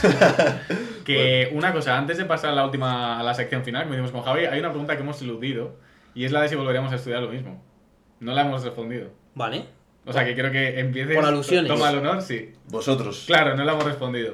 Que una cosa, antes de pasar a la última, a la sección final, como hicimos con Javi, hay una pregunta que hemos eludido y es la de si volveríamos a estudiar lo mismo. No la hemos respondido. Vale. O sea que quiero que empieces. Por alusiones. Toma el honor, sí. Vosotros. Claro, no la hemos respondido.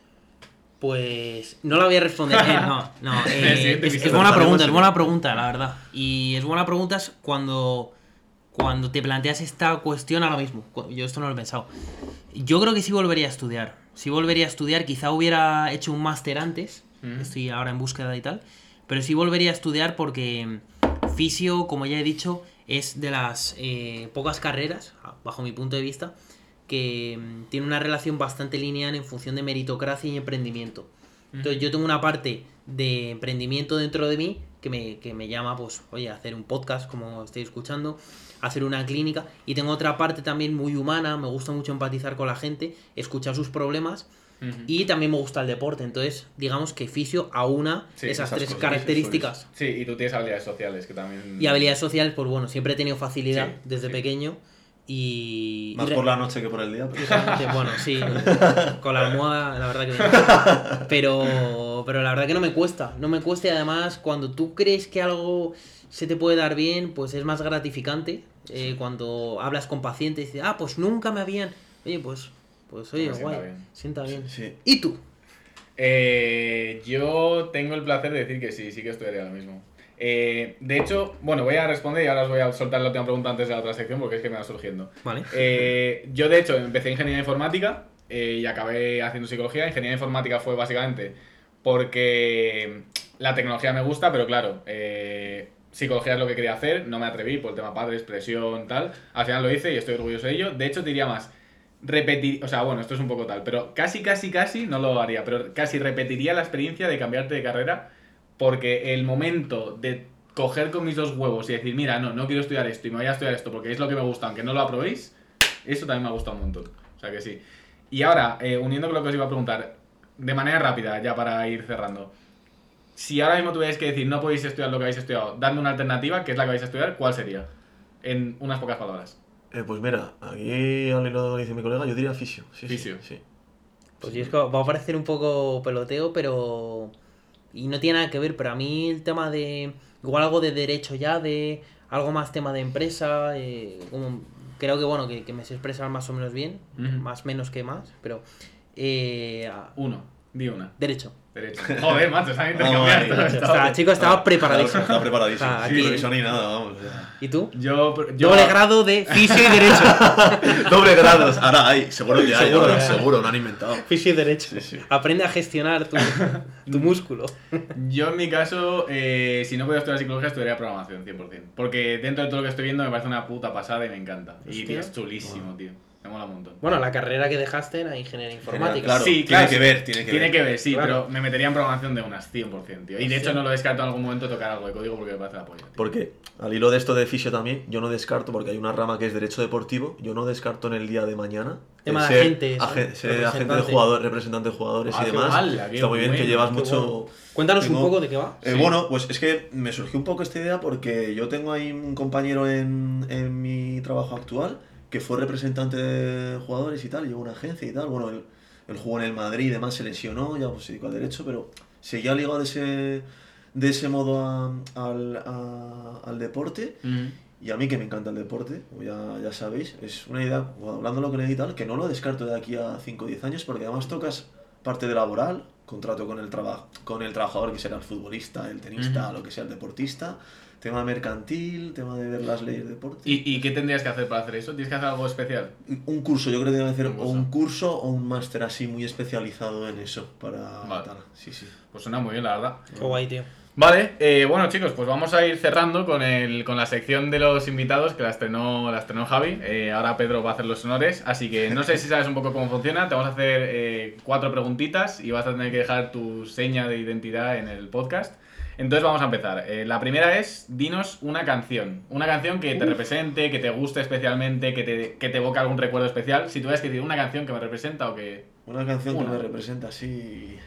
Pues no la voy a responder. Eh, no, no. eh, El siguiente es, es episodio. buena pregunta, es Haremos buena el- pregunta, la verdad. Y es buena pregunta es cuando, cuando te planteas esta cuestión ahora mismo. Cu- Yo esto no lo he pensado. Yo creo que sí volvería a estudiar. Sí volvería a estudiar. Quizá hubiera hecho un máster antes. Ujú. Estoy ahora en búsqueda y tal. Pero sí volvería a estudiar porque fisio, como ya he dicho, es de las eh, pocas carreras, bajo mi punto de vista, que mm, tiene una relación bastante lineal en función de meritocracia y emprendimiento. Entonces yo tengo una parte de emprendimiento dentro de mí que me, que me llama, pues, oye, a hacer un podcast, como estáis escuchando, hacer una clínica, y tengo otra parte también muy humana, me gusta mucho empatizar con la gente, escuchar sus problemas, Ujú. y también me gusta el deporte. Entonces, digamos que fisio aúna Sí, esas esas tres cosas, características. Sí, y tú tienes habilidades sociales que también. Y habilidades sociales, pues bueno, siempre he tenido facilidad Sí, desde sí. pequeño, y... Más y- por la noche que por el día. Pero... Realmente, bueno, sí, con la almohada, la verdad que no. Pero, pero la verdad que no me cuesta, no me cuesta, y además cuando tú crees que algo se te puede dar bien, pues es más gratificante. Eh, cuando hablas con pacientes y dices, ah, pues nunca me habían... Oye, pues, pues oye, Pues sienta guay, bien. sienta bien. Sí. ¿Y tú? Eh, yo tengo el placer de decir que sí, sí que estudiaría lo mismo. Eh, de hecho, bueno, voy a responder y ahora os voy a soltar la última pregunta antes de la otra sección porque es que me va surgiendo. Vale. Eh, yo, de hecho, empecé ingeniería informática eh, y acabé haciendo psicología. Ingeniería informática fue básicamente porque la tecnología me gusta, pero claro, eh, psicología es lo que quería hacer, no me atreví por el tema padres, presión, tal. Al final lo hice y estoy orgulloso de ello. De hecho, te diría más, repetir, o sea, bueno, esto es un poco tal, pero casi, casi, casi, no lo haría, pero casi repetiría la experiencia de cambiarte de carrera porque el momento de coger con mis dos huevos y decir, mira, no, no quiero estudiar esto y me voy a estudiar esto porque es lo que me gusta, aunque no lo aprobéis, eso también me ha gustado un montón. O sea que sí. Y ahora, eh, uniendo con lo que os iba a preguntar, de manera rápida, ya para ir cerrando. Si ahora mismo tuvierais que decir, no podéis estudiar lo que habéis estudiado, dando una alternativa, que es la que vais a estudiar, ¿cuál sería? En unas pocas palabras. Eh, pues mira, aquí al hilo de lo que dice mi colega, yo diría fisio. Sí, Fisio. Sí, sí. Pues yo es que va a parecer un poco peloteo, pero... Y no tiene nada que ver, pero a mí el tema de... Igual algo de derecho ya, de... Algo más tema de empresa, eh, como... Creo que bueno, que, que me sé expresar más o menos bien, Ujú. más menos que más, pero... Eh, Uno, di una. derecho. Derecho. Joder, macho, se han Vamos ahí. intercambiado. O sea, chico, estaba preparadísimo. Está preparadísimo. O sea, Sí, aquí- revisón ni nada, vamos. ya. ¿Y tú? Yo, yo Doble grado de fisio y derecho. Doble grados. Ahora hay, seguro que hay, Seguro, ahora, ya. seguro, lo han inventado. Fisio y derecho. Sí, sí. Aprende a gestionar tu, tu músculo. Yo en mi caso, eh, si no puedo estudiar psicología, estudiaría programación cien por cien. Porque dentro de todo lo que estoy viendo me parece una puta pasada y me encanta. Y Hostia. tío, es chulísimo, tío. Me mola un montón. Bueno, la carrera que dejaste era ingeniería informática. Claro, Sí, tiene claro, que sí. ver, tiene que Tiene ver. que ver, sí, Claro. pero me metería en programación de unas cien por cien, tío. Y de Hostia. hecho no lo descarto en algún momento tocar algo de código porque me parece la polla, tío. Porque al hilo de esto de fisio también, yo no descarto, porque hay una rama que es derecho deportivo, yo no descarto en el día de mañana Tema eh, de ser, agentes, agen- ¿no? ser agente de Representante. jugador, representante de jugadores Ah, y qué demás. guala, qué Está muy bien bueno, que llevas qué mucho... bueno. Cuéntanos tengo- un poco de qué va. Eh, Sí. Bueno, pues es que me surgió un poco esta idea porque yo tengo ahí un compañero en, en mi trabajo actual que fue representante de jugadores y tal, llevó una agencia y tal. Bueno, él, él jugó en el Madrid y demás, se lesionó, ya pues se dedicó al derecho, pero seguía ligado de ese, de ese modo a- al, a- al deporte. Mm. Y a mí que me encanta el deporte, como ya, ya sabéis, es una idea, hablando con él y tal, que no lo descarto de aquí a cinco o diez años porque además tocas parte de laboral, contrato con el, traba- con el trabajador que será el futbolista, el tenista, Ujú. lo que sea el deportista, tema mercantil, tema de ver las leyes de deporte. ¿Y, ¿Y qué tendrías que hacer para hacer eso? ¿Tienes que hacer algo especial? Un curso, yo creo que debe hacer Un o curso. un curso o un máster así muy especializado en eso, para Vale. tal, sí, sí. Pues suena muy bien, la verdad. Qué guay, tío. Vale, eh, bueno chicos, pues vamos a ir cerrando con, el, con la sección de los invitados que la estrenó, la estrenó Javi. Eh, ahora Pedro va a hacer los honores, así que no sé si sabes un poco cómo funciona. Te vamos a hacer eh, cuatro preguntitas y vas a tener que dejar tu seña de identidad en el podcast. Entonces vamos a empezar. Eh, la primera es, dinos una canción. Una canción que te represente, que te guste especialmente, que te, que te evoque algún recuerdo especial. Si tuvieras que decir una canción que me representa o que... Una canción Una. que me representa así...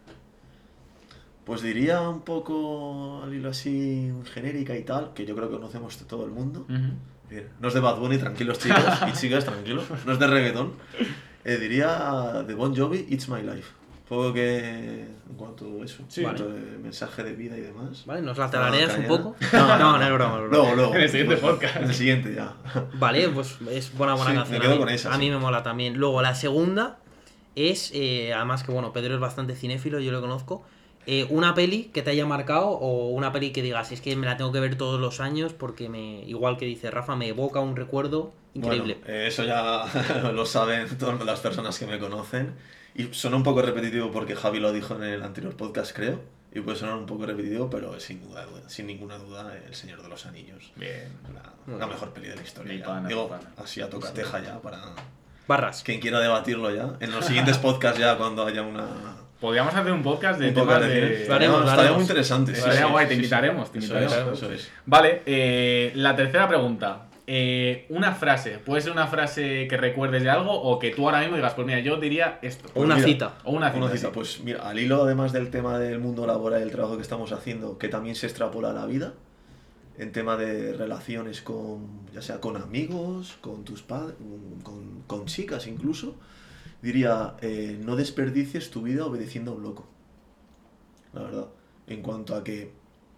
Pues diría un poco al hilo así genérica y tal, que yo creo que conocemos de todo el mundo. Ujú. Bien, no es de Bad Bunny, tranquilos chicos y chicas, tranquilos. No es de reggaetón. Eh, diría de Bon Jovi, It's My Life. Un poco que en cuanto a eso, Sí. en cuanto a mensaje de vida y demás. Vale, ¿nos la Ah, tarareas un caña. poco? No, no, no es broma, es broma. Luego, luego. En el siguiente Pues, podcast. En el siguiente ya. Vale, pues es buena, buena Sí, canción. me quedo a mí, con esa, a mí sí. me mola también. Luego, la segunda es, eh, además que bueno, Pedro es bastante cinéfilo, yo lo conozco. Eh, una peli que te haya marcado o una peli que digas, es que me la tengo que ver todos los años porque me, igual que dice Rafa, me evoca un recuerdo increíble. Bueno, eh, eso ya lo saben todas las personas que me conocen. Y suena un poco repetitivo porque Javi lo dijo en el anterior podcast, creo. Y puede sonar un poco repetitivo, pero sin duda, sin ninguna duda, El Señor de los Anillos. Bien. La, la mejor peli de la historia. Mi ya. pana, Digo, mi pana. así a tocateja ya para Barras. quien quiera debatirlo ya. En los siguientes podcasts ya cuando haya una... Podríamos hacer un podcast de un poco temas de de... cine. Lo haremos, Estaría- lo estaría haremos. muy interesante. sí, Estaría sí, guay, te sí, sí. invitaremos, te Eso invitaremos. es, eso es. Vale, eh, la tercera pregunta. Eh, una frase. ¿Puede ser una frase que recuerdes de algo o que tú ahora mismo digas, pues mira, yo diría esto? O una mira, cita. O una cita. Una cita, sí. pues mira, al hilo además del tema del mundo laboral y el trabajo que estamos haciendo, que también se extrapola a la vida, en tema de relaciones con, ya sea con amigos, con tus padres, con, con chicas incluso, diría, eh, no desperdicies tu vida obedeciendo a un loco. La verdad. En cuanto a que,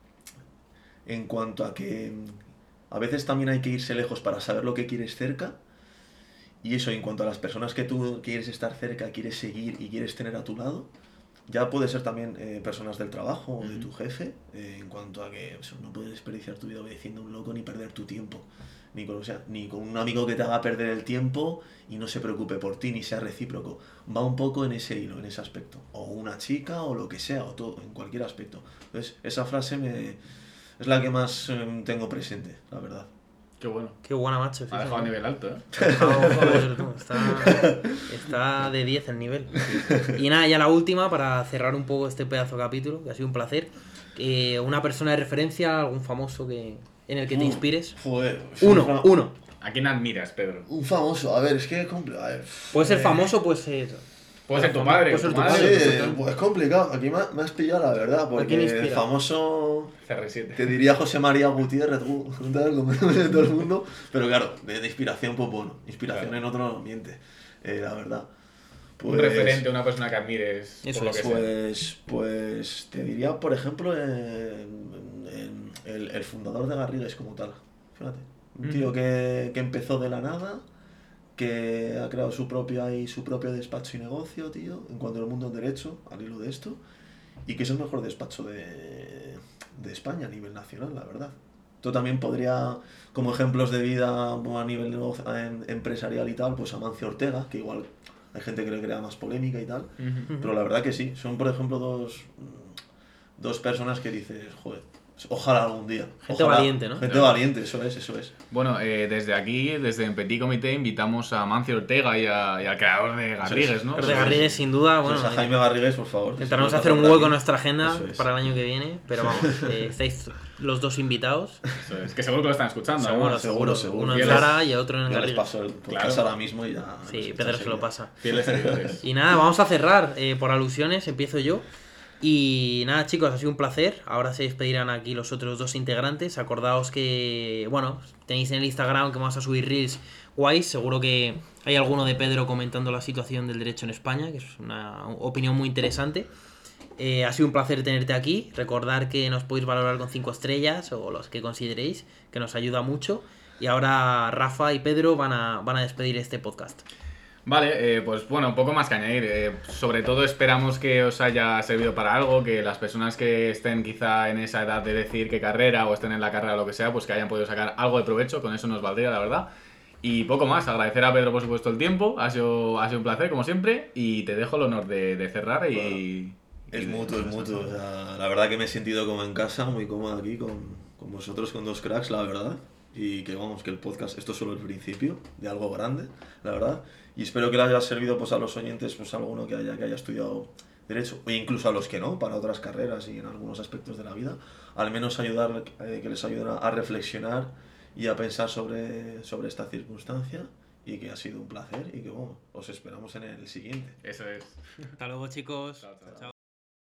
en cuanto a que a veces también hay que irse lejos para saber lo que quieres cerca. Y eso, en cuanto a las personas que tú quieres estar cerca, quieres seguir y quieres tener a tu lado, ya puede ser también eh, personas del trabajo o de tu jefe, eh, en cuanto a que eso, no puedes desperdiciar tu vida obedeciendo a un loco ni perder tu tiempo. Ni con, o sea, ni con un amigo que te haga perder el tiempo y no se preocupe por ti, ni sea recíproco. Va un poco en ese hilo, en ese aspecto. O una chica, o lo que sea, o todo, en cualquier aspecto. Entonces, esa frase me, es la que más eh, tengo presente, la verdad. Qué bueno. Qué buena, macho. sí, Ha dejado a señor. nivel alto, ¿eh? Ah, joder, tú, está, está de diez el nivel. Y nada, ya la última para cerrar un poco este pedazo de capítulo, que ha sido un placer. Eh, una persona de referencia, algún famoso que en el que te Uh, inspires. Joder, Uno, un, uno. ¿A quién admiras, Pedro? un famoso, a ver, es que... compl- a ver, Puede ser eh, famoso, puede ser Puede ser tu Pero, padre, puede ser tu tu madre. padre. Sí, perfecto. pues es complicado. Aquí me, me has pillado la verdad, ¿A quién porque el inspira? famoso, C R siete. te diría José María Gutiérrez, Gu- tal, como de todo el mundo, pero claro, de, de inspiración, pues bueno, inspiración Claro. en otro no miente, eh, la verdad. Un referente, una persona que admires, Eso por lo es, que sea. Pues, pues te diría, por ejemplo, en- en el, el fundador de Garrigues como tal. Fíjate, un tío Ujú. que, que empezó de la nada, que ha creado su propia y su propio despacho y negocio, tío, en cuanto al mundo del derecho, al hilo de esto, y que es el mejor despacho de, de España a nivel nacional, la verdad. Esto también podría, como ejemplos de vida bueno, a nivel nego- em- empresarial y tal, pues Amancio Ortega, que igual hay gente que le crea más polémica y tal, Ujú. pero la verdad que sí, son por ejemplo dos, mm, dos personas que dices, joder, ojalá algún día. Gente ojalá, valiente, ¿no? Gente Claro. valiente, eso es, eso es. Bueno, eh, desde aquí, desde el Petit Comité, invitamos a Mancio Ortega y, a- y al creador de Garrigues, ¿no? Pero Eso de es. Garrigues, sin duda, Bueno, bueno, a Jaime Garrigues, por favor. intentaremos si hacer un puede hueco en estar nuestra agenda Eso es. para el año que viene, pero vamos, eh, estáis los dos invitados. Eso es, que seguro que lo están escuchando. Seguro, además. seguro, seguro. Uno en Fieles. Zara y otro en Ya les Garrigues. paso el podcast Claro. ahora mismo y ya. Sí, nos Pedro escuchan se lo seguida. pasa. Fieles seguidores. Y nada, vamos a cerrar eh, por alusiones, empiezo yo. Y nada, chicos, ha sido un placer. Ahora se despedirán aquí los otros dos integrantes. Acordaos que, bueno, tenéis en el Instagram que vamos a subir reels guays. Seguro que hay alguno de Pedro comentando la situación del derecho en España, que es una opinión muy interesante. Eh, ha sido un placer tenerte aquí. Recordar que nos podéis valorar con cinco estrellas o los que consideréis, que nos ayuda mucho. Y ahora Rafa y Pedro van a, van a despedir este podcast. Vale, eh, pues bueno, poco más que añadir. Eh, sobre todo esperamos que os haya servido para algo, que las personas que estén quizá en esa edad de decir qué carrera o estén en la carrera o lo que sea, pues que hayan podido sacar algo de provecho, con eso nos valdría, la verdad. Y poco más, agradecer a Pedro por supuesto el tiempo, ha sido, ha sido un placer como siempre y te dejo el honor de, de cerrar y... Es y- mutuo, es mutuo. O sea, la verdad que me he sentido como en casa, muy cómodo aquí con, con vosotros, con dos cracks, la verdad. Y que vamos, que el podcast, esto es solo el principio de algo grande, la verdad. Y espero que le haya servido pues, a los oyentes, pues a alguno que haya, que haya estudiado Derecho, o incluso a los que no, para otras carreras y en algunos aspectos de la vida. Al menos ayudar, eh, que les ayuden a, a reflexionar y a pensar sobre, sobre esta circunstancia. Y que ha sido un placer y que bueno, os esperamos en el siguiente. Eso es. Hasta luego, chicos. Chao, chao. Chao.